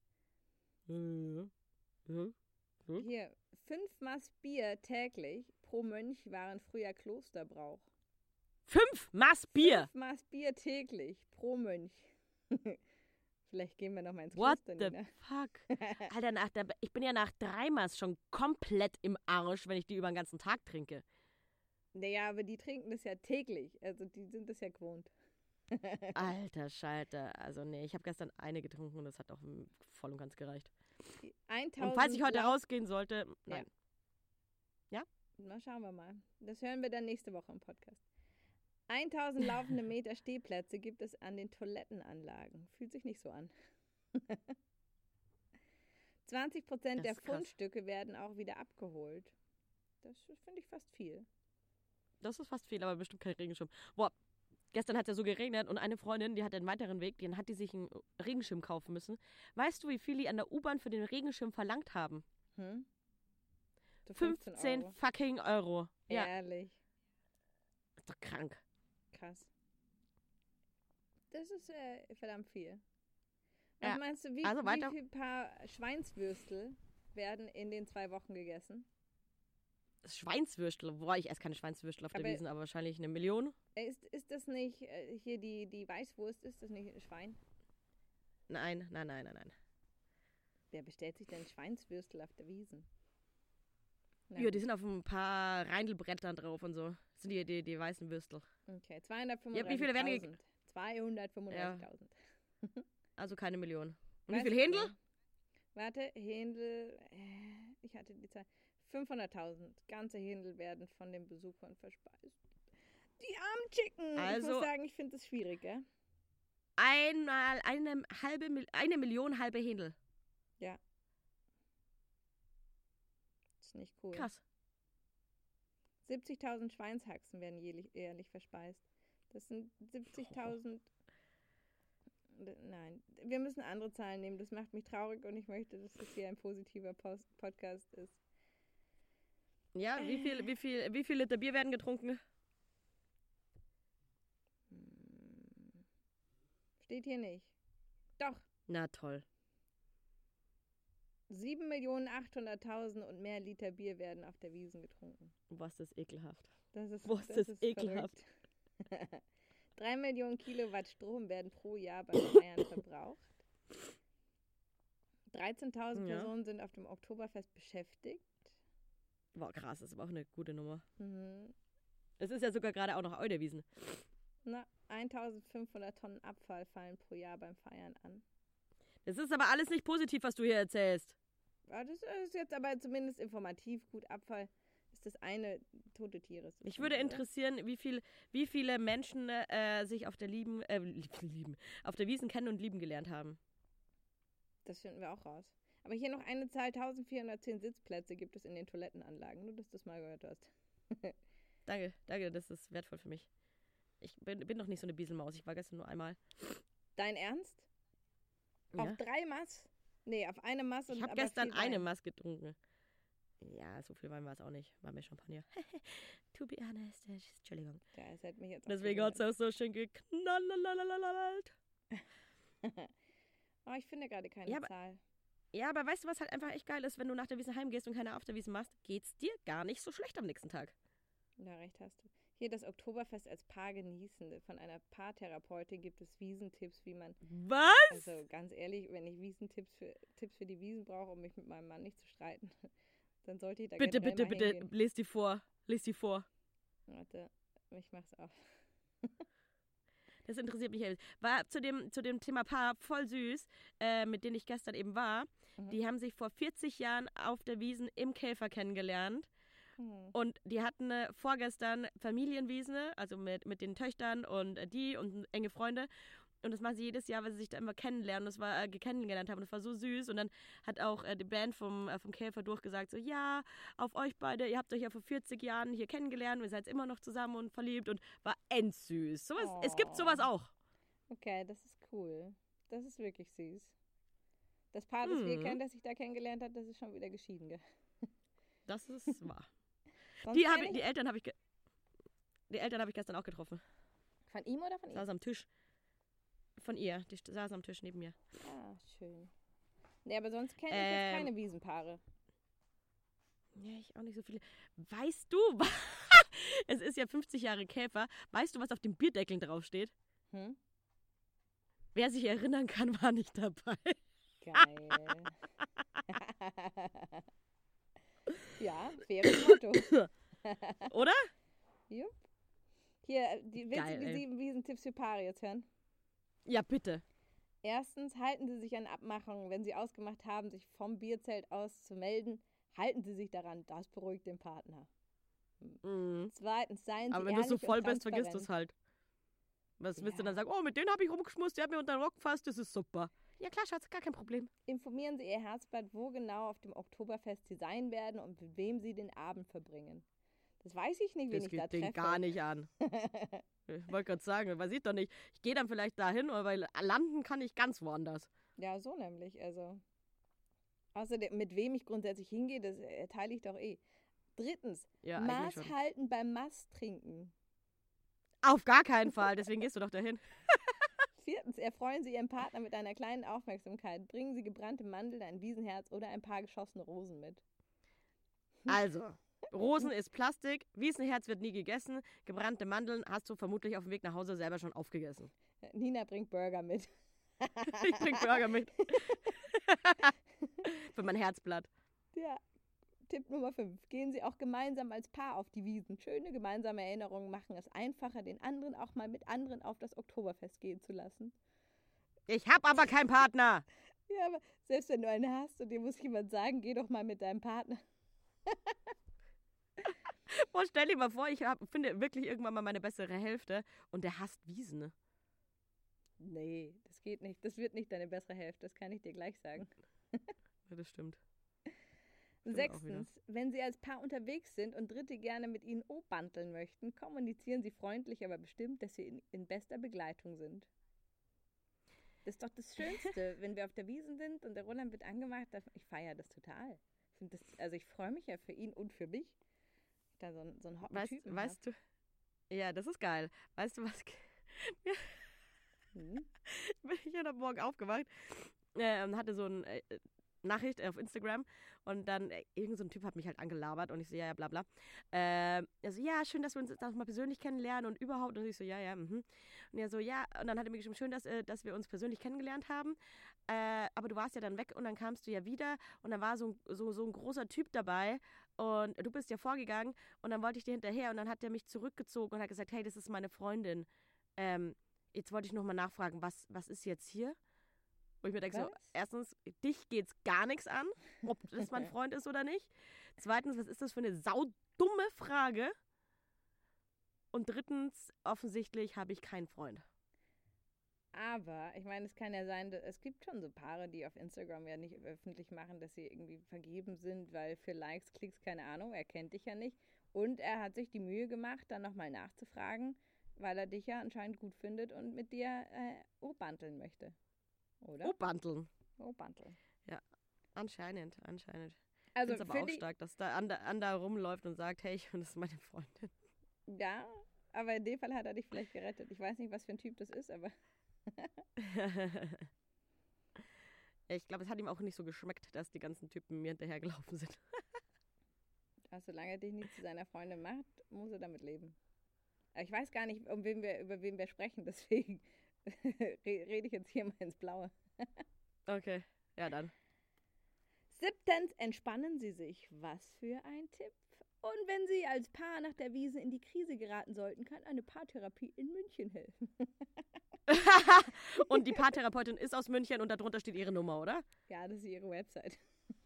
Ja.
Hier, 5 Maß Bier täglich pro Mönch waren früher Klosterbrauch.
5 Maß Bier!
5 Maß Bier täglich pro Mönch. Vielleicht gehen wir noch mal ins
What
Kloster,
the
Nina.
fuck? Alter, ich bin ja nach 3 Maß schon komplett im Arsch, wenn ich die über den ganzen Tag trinke.
Naja, aber die trinken das ja täglich. Also die sind das ja gewohnt.
Alter Schalter. Also nee, ich habe gestern eine getrunken und das hat auch voll und ganz gereicht.
1000
Und falls ich heute
Lauf-
rausgehen sollte, nein.
Na, schauen wir mal. Das hören wir dann nächste Woche im Podcast. 1000 laufende Meter Stehplätze gibt es an den Toilettenanlagen. Fühlt sich nicht so an. 20%
Das
der
ist krass.
Fundstücke werden auch wieder abgeholt. Das finde ich fast viel.
Das ist fast viel, aber bestimmt kein Regenschirm. Boah, gestern hat es ja so geregnet und eine Freundin, die hat einen weiteren Weg, dann hat die sich einen Regenschirm kaufen müssen. Weißt du, wie viel die an der U-Bahn für den Regenschirm verlangt haben?
So
15
Euro.
fucking Euro. Ja,
Ehrlich.
ist doch krank.
Krass. Das ist verdammt viel. Was
Ja.
meinst du, wie
Also weiter.
viel Paar Schweinswürstel werden in den 2 Wochen gegessen?
Schweinswürstel. Boah, ich esse keine Schweinswürstel auf der
Aber-
Wiesn, aber wahrscheinlich 1 Million.
Ist das nicht, hier die Weißwurst, ist das nicht ein Schwein?
Nein.
Wer bestellt sich denn Schweinswürstel auf der Wiesn? Na
Ja,
gut.
die sind auf ein paar Reindelbrettern drauf und so. Das sind die weißen Würstel.
Okay, 235.000.
Ja, wie viele werden
235.000.
Also keine Million. Und
Weißt
wie viel
du?
Händel?
Warte, Händel, ich hatte die Zahl. 500.000 ganze Händel werden von den Besuchern verspeist. Die armen Chicken. Ich
Also-
muss sagen, ich finde das schwierig, gell?
Einmal eine Million halbe Händel.
Das ist nicht cool.
Krass.
70.000 Schweinshaxen werden jährlich verspeist. Das sind 70.000. Nein, wir müssen andere Zahlen nehmen. Das macht mich traurig und ich möchte, dass das hier ein positiver Podcast ist.
Ja, wie viel Liter Bier werden getrunken?
Steht hier nicht. Doch,
Na toll.
7.800.000 und mehr Liter Bier werden auf der Wiesn getrunken.
Was ist ekelhaft.
Das ist,
Was ist ekelhaft.
verrückt. 3 Millionen Kilowatt Strom werden pro Jahr beim Feiern verbraucht. 13.000
Ja.
Personen sind auf dem Oktoberfest beschäftigt.
Boah, krass, das ist aber auch eine gute Nummer.
Mhm.
Es ist ja sogar gerade auch noch Euderwiesen.
Na, 1.500 Tonnen Abfall fallen pro Jahr beim Feiern an.
Das ist aber alles nicht positiv, was du hier erzählst.
Ja, das ist jetzt aber zumindest informativ. Gut, Abfall ist das eine, tote Tiere. ist das
Mich würde
andere, oder?
interessieren, wie viele Menschen sich auf der auf der Wiesn kennen und lieben gelernt haben.
Das finden wir auch raus. Aber hier noch eine Zahl, 1410 Sitzplätze gibt es in den Toilettenanlagen. Nur, dass du das mal gehört hast.
Danke, das ist wertvoll für mich. Ich bin noch nicht so eine Bieselmaus. Ich war gestern nur einmal.
Dein Ernst?
Ja.
Auf 3 Maß? Nee, auf eine Maß.
Ich habe gestern eine Maß getrunken. Ja, so viel Wein war es auch nicht. War mir Champagner. To be honest. Entschuldigung.
Ja, es hätte mich jetzt auch
Deswegen hat es auch so schön geknallt.
Oh, ich finde gerade keine
Ja,
Zahl.
Ja, aber weißt du, was halt einfach echt geil ist, wenn du nach der Wiesn heimgehst und keine Afterwiesn machst, geht's dir gar nicht so schlecht am nächsten Tag.
Ja, recht hast du. Hier das Oktoberfest als Paar genießen. Von einer Paartherapeutin gibt es Wiesentipps, wie man...
Was?
Also ganz ehrlich, wenn ich Wiesentipps für die Wiesn brauche, um mich mit meinem Mann nicht zu streiten, dann sollte ich da
Bitte,
generell mal
bitte,
hingehen.
lest die vor.
Warte, ich mach's auf.
Das interessiert mich. War zu dem Thema Paar voll süß, mit denen ich gestern eben war.
Mhm.
Die haben sich vor 40 Jahren auf der Wiesn im Käfer kennengelernt. Und die hatten vorgestern Familienwiesne, also mit den Töchtern und die und enge Freunde. Und das machen sie jedes Jahr, weil sie sich da immer kennenlernen. Das war kennengelernt haben. Das war so süß. Und dann hat auch die Band vom Käfer durchgesagt, so, ja, auf euch beide, ihr habt euch ja vor 40 Jahren hier kennengelernt, ihr seid immer noch zusammen und verliebt und war endsüß. Sowas, Es gibt sowas auch.
Okay, das ist cool. Das ist wirklich süß. Das Paar, das wir kennen, das sich da kennengelernt hat, das ist schon wieder geschieden, gell?
Das ist wahr.
Sonst
Die Eltern habe ich gestern auch getroffen.
Von ihm oder von ihm?
Saß am Tisch. Von ihr. Die saß am Tisch neben mir.
Ah, schön. Nee, aber sonst kenne ich jetzt keine Wiesenpaare.
Ja, ich auch nicht so viele. Weißt du, es ist ja 50 Jahre Käfer. Weißt du, was auf den Bierdeckeln draufsteht? Wer sich erinnern kann, war nicht dabei.
Geil. Ja, faires Motto.
Oder?
Jupp. Hier, willst
Geil,
du die
ey.
7 Wiesentipps für Paare jetzt hören?
Ja, bitte.
Erstens, halten Sie sich an Abmachungen. Wenn Sie ausgemacht haben, sich vom Bierzelt aus zu melden, halten Sie sich daran. Das beruhigt den Partner.
Mhm.
Zweitens, seien Sie
Aber wenn du
ehrlich
so voll
und
bist, vergisst du es
transparent.
halt. Was willst du
Ja.
dann sagen? Oh, mit denen habe ich rumgeschmust, der hat mir unter den Rock gefasst, das ist super. Ja klar, Schatz, gar kein Problem.
Informieren Sie Ihr Herzblatt, wo genau auf dem Oktoberfest Sie sein werden und mit wem Sie den Abend verbringen. Das weiß ich nicht, wen
Das
ich da
geht den
treffe.
gar nicht an. Ich wollte gerade sagen, weiß ich doch nicht. Ich gehe dann vielleicht dahin, weil landen kann ich ganz woanders.
Ja, so nämlich. Also. Außerdem, mit wem ich grundsätzlich hingehe, das teile ich doch eh. Drittens,
Ja,
Maß
eigentlich schon.
halten beim Mast trinken.
Auf gar keinen Fall, deswegen gehst du doch dahin.
Viertens, erfreuen Sie Ihren Partner mit einer kleinen Aufmerksamkeit. Bringen Sie gebrannte Mandeln, ein Wiesenherz oder ein paar geschossene Rosen mit.
Also, Rosen ist Plastik, Wiesenherz wird nie gegessen, gebrannte Mandeln hast du vermutlich auf dem Weg nach Hause selber schon aufgegessen.
Nina bringt Burger mit.
Ich bring Burger mit. Für mein Herzblatt.
Ja. Tipp Nummer 5. Gehen Sie auch gemeinsam als Paar auf die Wiesn. Schöne gemeinsame Erinnerungen machen es einfacher, den anderen auch mal mit anderen auf das Oktoberfest gehen zu lassen.
Ich hab aber keinen Partner.
Ja, aber selbst wenn du einen hast und dir muss jemand sagen, geh doch mal mit deinem Partner.
Boah, stell dir mal vor, finde wirklich irgendwann mal meine bessere Hälfte und der hasst Wiesen. Ne?
Nee, das geht nicht. Das wird nicht deine bessere Hälfte, das kann ich dir gleich sagen.
Ja, das stimmt.
Sechstens, wenn Sie als Paar unterwegs sind und Dritte gerne mit Ihnen banteln möchten, kommunizieren Sie freundlich, aber bestimmt, dass Sie in bester Begleitung sind. Das ist doch das Schönste, wenn wir auf der Wiesn sind und der Roland wird angemacht. Ich feiere das total. Ich freue mich ja für ihn und für mich. Da so einen hotten Typen
weißt du, ja, das ist geil. Weißt du was? Ich bin heute Morgen aufgewacht und hatte so eine Nachricht auf Instagram und dann irgend so ein Typ hat mich halt angelabert und ich so, ja, bla bla. Also, ja, schön, dass wir uns auch mal persönlich kennenlernen und überhaupt. Und ich so, ja. Und er so, ja. Und dann hat er mir geschrieben, schön, dass wir uns persönlich kennengelernt haben. Aber du warst ja dann weg und dann kamst du ja wieder und dann war so ein großer Typ dabei und du bist ja vorgegangen und dann wollte ich dir hinterher und dann hat er mich zurückgezogen und hat gesagt, hey, das ist meine Freundin. Jetzt wollte ich nochmal nachfragen, was ist jetzt hier? Wo ich mir denke, so, erstens, dich geht's gar nichts an, ob das mein Freund ist oder nicht. Zweitens, was ist das für eine saudumme Frage? Und drittens, offensichtlich habe ich keinen Freund.
Aber, ich meine, es kann ja sein, es gibt schon so Paare, die auf Instagram ja nicht öffentlich machen, dass sie irgendwie vergeben sind, weil für Likes, Klicks, keine Ahnung, er kennt dich ja nicht. Und er hat sich die Mühe gemacht, dann nochmal nachzufragen, weil er dich ja anscheinend gut findet und mit dir banteln möchte. Oder?
Banteln.
Banteln.
Ja, anscheinend.
Also
Ich finde es aber auch stark, dass da Anda rumläuft und sagt, hey, das ist meine Freundin.
Ja, aber in dem Fall hat er dich vielleicht gerettet. Ich weiß nicht, was für ein Typ das ist, aber...
Ich glaube, es hat ihm auch nicht so geschmeckt, dass die ganzen Typen mir hinterhergelaufen sind.
Also, solange er dich nicht zu seiner Freundin macht, muss er damit leben. Aber ich weiß gar nicht, über wen wir sprechen, deswegen rede ich jetzt hier mal ins Blaue.
Okay, ja dann.
7. Entspannen Sie sich. Was für ein Tipp. Und wenn Sie als Paar nach der Wiesn in die Krise geraten sollten, kann eine Paartherapie in München helfen.
Und die Paartherapeutin ist aus München und darunter steht ihre Nummer, oder?
Ja, das ist ihre Website.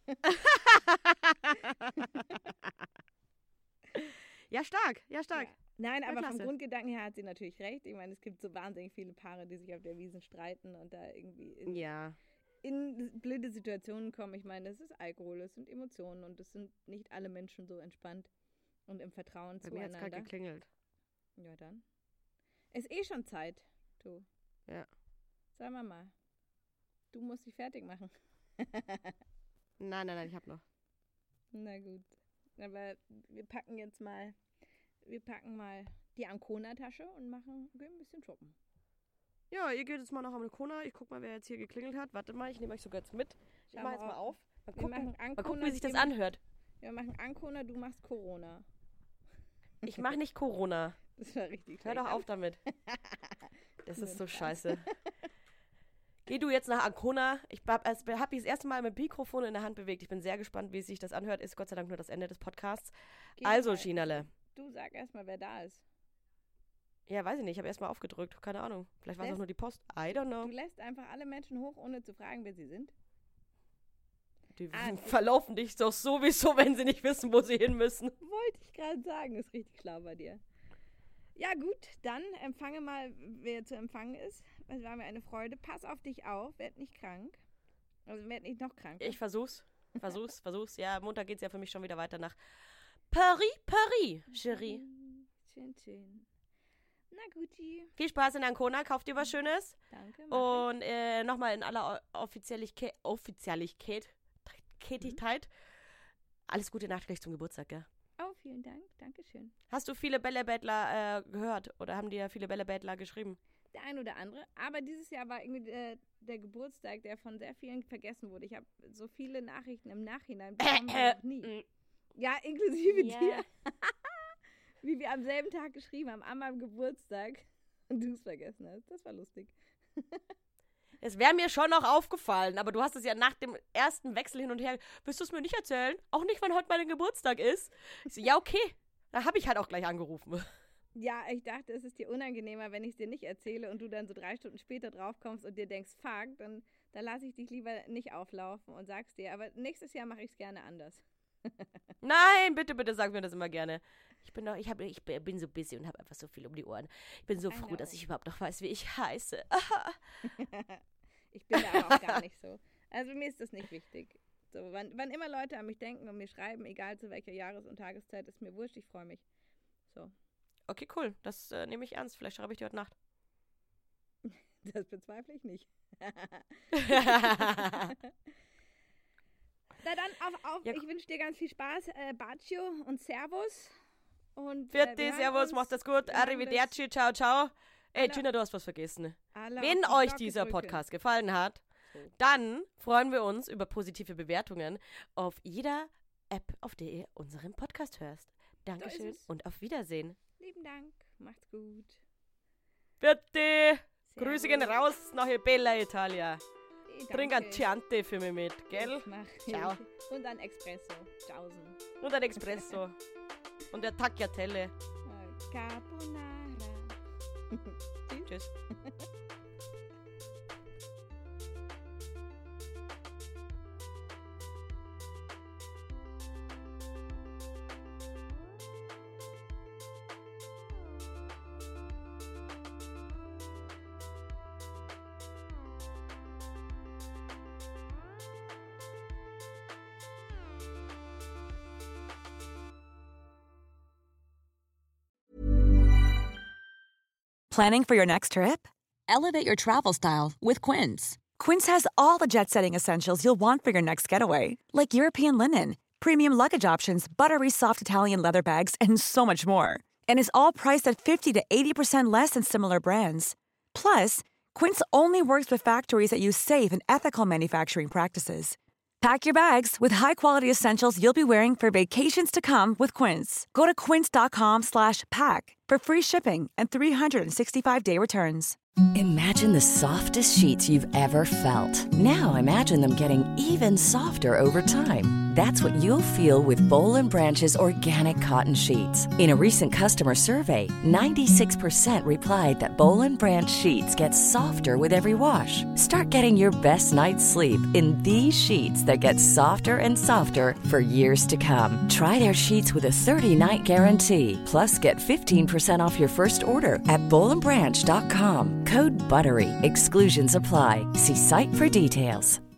Ja, stark. Ja.
Nein, aber
klasse.
vom Grundgedanken her hat sie natürlich recht. Ich meine, es gibt so wahnsinnig viele Paare, die sich auf der Wiesn streiten und da irgendwie in blöde Situationen kommen. Ich meine, es ist Alkohol, es sind Emotionen und es sind nicht alle Menschen so entspannt und im Vertrauen
Bei mir hat
zueinander.
es gerade geklingelt.
Ja, dann. Ist eh schon Zeit, du.
Ja.
Sagen wir mal. Du musst dich fertig machen.
Nein, ich hab noch.
Na gut. Aber wir packen mal die Ancona-Tasche und gehen ein bisschen shoppen.
Ja, ihr geht jetzt mal nach Ancona. Ich guck mal, wer jetzt hier geklingelt hat. Warte mal, ich nehme euch sogar jetzt mit. Ich mache jetzt mal auf. Mal gucken, wie sich das anhört.
Wir machen Ancona, du machst Corona.
Ich mache nicht Corona.
Das war richtig
Hör
schlecht.
doch auf damit. Das ist so scheiße. Geh du jetzt nach Ancona. Ich habe mich das erste Mal mit dem Mikrofon in der Hand bewegt. Ich bin sehr gespannt, wie sich das anhört. Ist Gott sei Dank nur das Ende des Podcasts. Also, Chinale.
Du sag erstmal, wer da ist.
Ja, weiß ich nicht. Ich habe erstmal aufgedrückt. Keine Ahnung. Vielleicht war es auch nur die Post. I don't know.
Du lässt einfach alle Menschen hoch, ohne zu fragen, wer sie sind.
Die verlaufen dich doch sowieso, wenn sie nicht wissen, wo sie hin müssen.
Wollte ich gerade sagen. Ist richtig schlau bei dir. Ja gut, dann empfange mal, wer zu empfangen ist. Es war mir eine Freude. Pass auf dich auf, werd nicht krank. Also werd nicht noch krank.
Ich versuch's. Ja, Montag geht's ja für mich schon wieder weiter nach Paris, Chérie.
Schön. Na guti.
Viel Spaß in Ancona, kauft dir was Schönes.
Danke.
Und nochmal in aller Offizialität. Alles Gute nachträglich zum Geburtstag, gell?
Oh, vielen Dank. Dankeschön.
Hast du viele Bällebädler gehört? Oder haben dir viele Bällebädler geschrieben?
Der ein oder andere. Aber dieses Jahr war irgendwie der Geburtstag, der von sehr vielen vergessen wurde. Ich habe so viele Nachrichten im Nachhinein bekommen wie noch nie. Ja, inklusive dir. Wie wir am selben Tag geschrieben haben, an meinem Geburtstag. Und du es vergessen hast. Das war lustig.
Es wäre mir schon noch aufgefallen, aber du hast es ja nach dem ersten Wechsel hin und her. Willst du es mir nicht erzählen? Auch nicht, wann heute mein Geburtstag ist? Ich so, ja, okay. Da habe ich halt auch gleich angerufen.
Ja, ich dachte, es ist dir unangenehmer, wenn ich es dir nicht erzähle und du dann so 3 Stunden später draufkommst und dir denkst, fuck, dann lasse ich dich lieber nicht auflaufen und sag's dir. Aber nächstes Jahr mache ich es gerne anders.
Nein, bitte sag mir das immer gerne. Ich bin so busy und habe einfach so viel um die Ohren. Ich bin so froh, dass ich überhaupt noch weiß, wie ich heiße.
Ich bin da aber auch gar nicht so. Also mir ist das nicht wichtig. So, wann immer Leute an mich denken und mir schreiben, egal zu welcher Jahres- und Tageszeit, ist mir wurscht, ich freue mich. So.
Okay, cool. Das nehme ich ernst. Vielleicht schreibe ich dir heute Nacht.
Das bezweifle ich nicht. Na dann, auf. Ja, ich wünsche dir ganz viel Spaß. Baccio und Servus. Und
Vierte, Servus, macht das gut. Arrivederci, ciao, ciao. Ey, Gina, du hast was vergessen. Wenn euch dieser Podcast gefallen hat, dann freuen wir uns über positive Bewertungen auf jeder App, auf der ihr unseren Podcast hörst. Dankeschön und auf Wiedersehen.
Lieben Dank, macht's gut.
Vierte, Grüße gehen raus nach Bella Italia. Trink ein Chianti für mich mit, gell? Ciao.
Und ein Espresso. Tschaußen.
Und ein Espresso. Und der Tagliatelle.
Carbonara.
Tschüss.
Planning for your next trip?
Elevate your travel style with Quince.
Quince has all the jet-setting essentials you'll want for your next getaway, like European linen, premium luggage options, buttery soft Italian leather bags, and so much more. And is all priced at 50 to 80% less than similar brands. Plus, Quince only works with factories that use safe and ethical manufacturing practices. Pack your bags with high-quality essentials you'll be wearing for vacations to come with Quince. Go to quince.com/pack for free shipping and 365-day returns.
Imagine the softest sheets you've ever felt. Now imagine them getting even softer over time. That's what you'll feel with Boll & Branch's organic cotton sheets. In a recent customer survey, 96% replied that Boll & Branch sheets get softer with every wash. Start getting your best night's sleep in these sheets that get softer and softer for years to come. Try their sheets with a 30-night guarantee. Plus, get 15% off your first order at bollandbranch.com. Code BUTTERY. Exclusions apply. See site for details.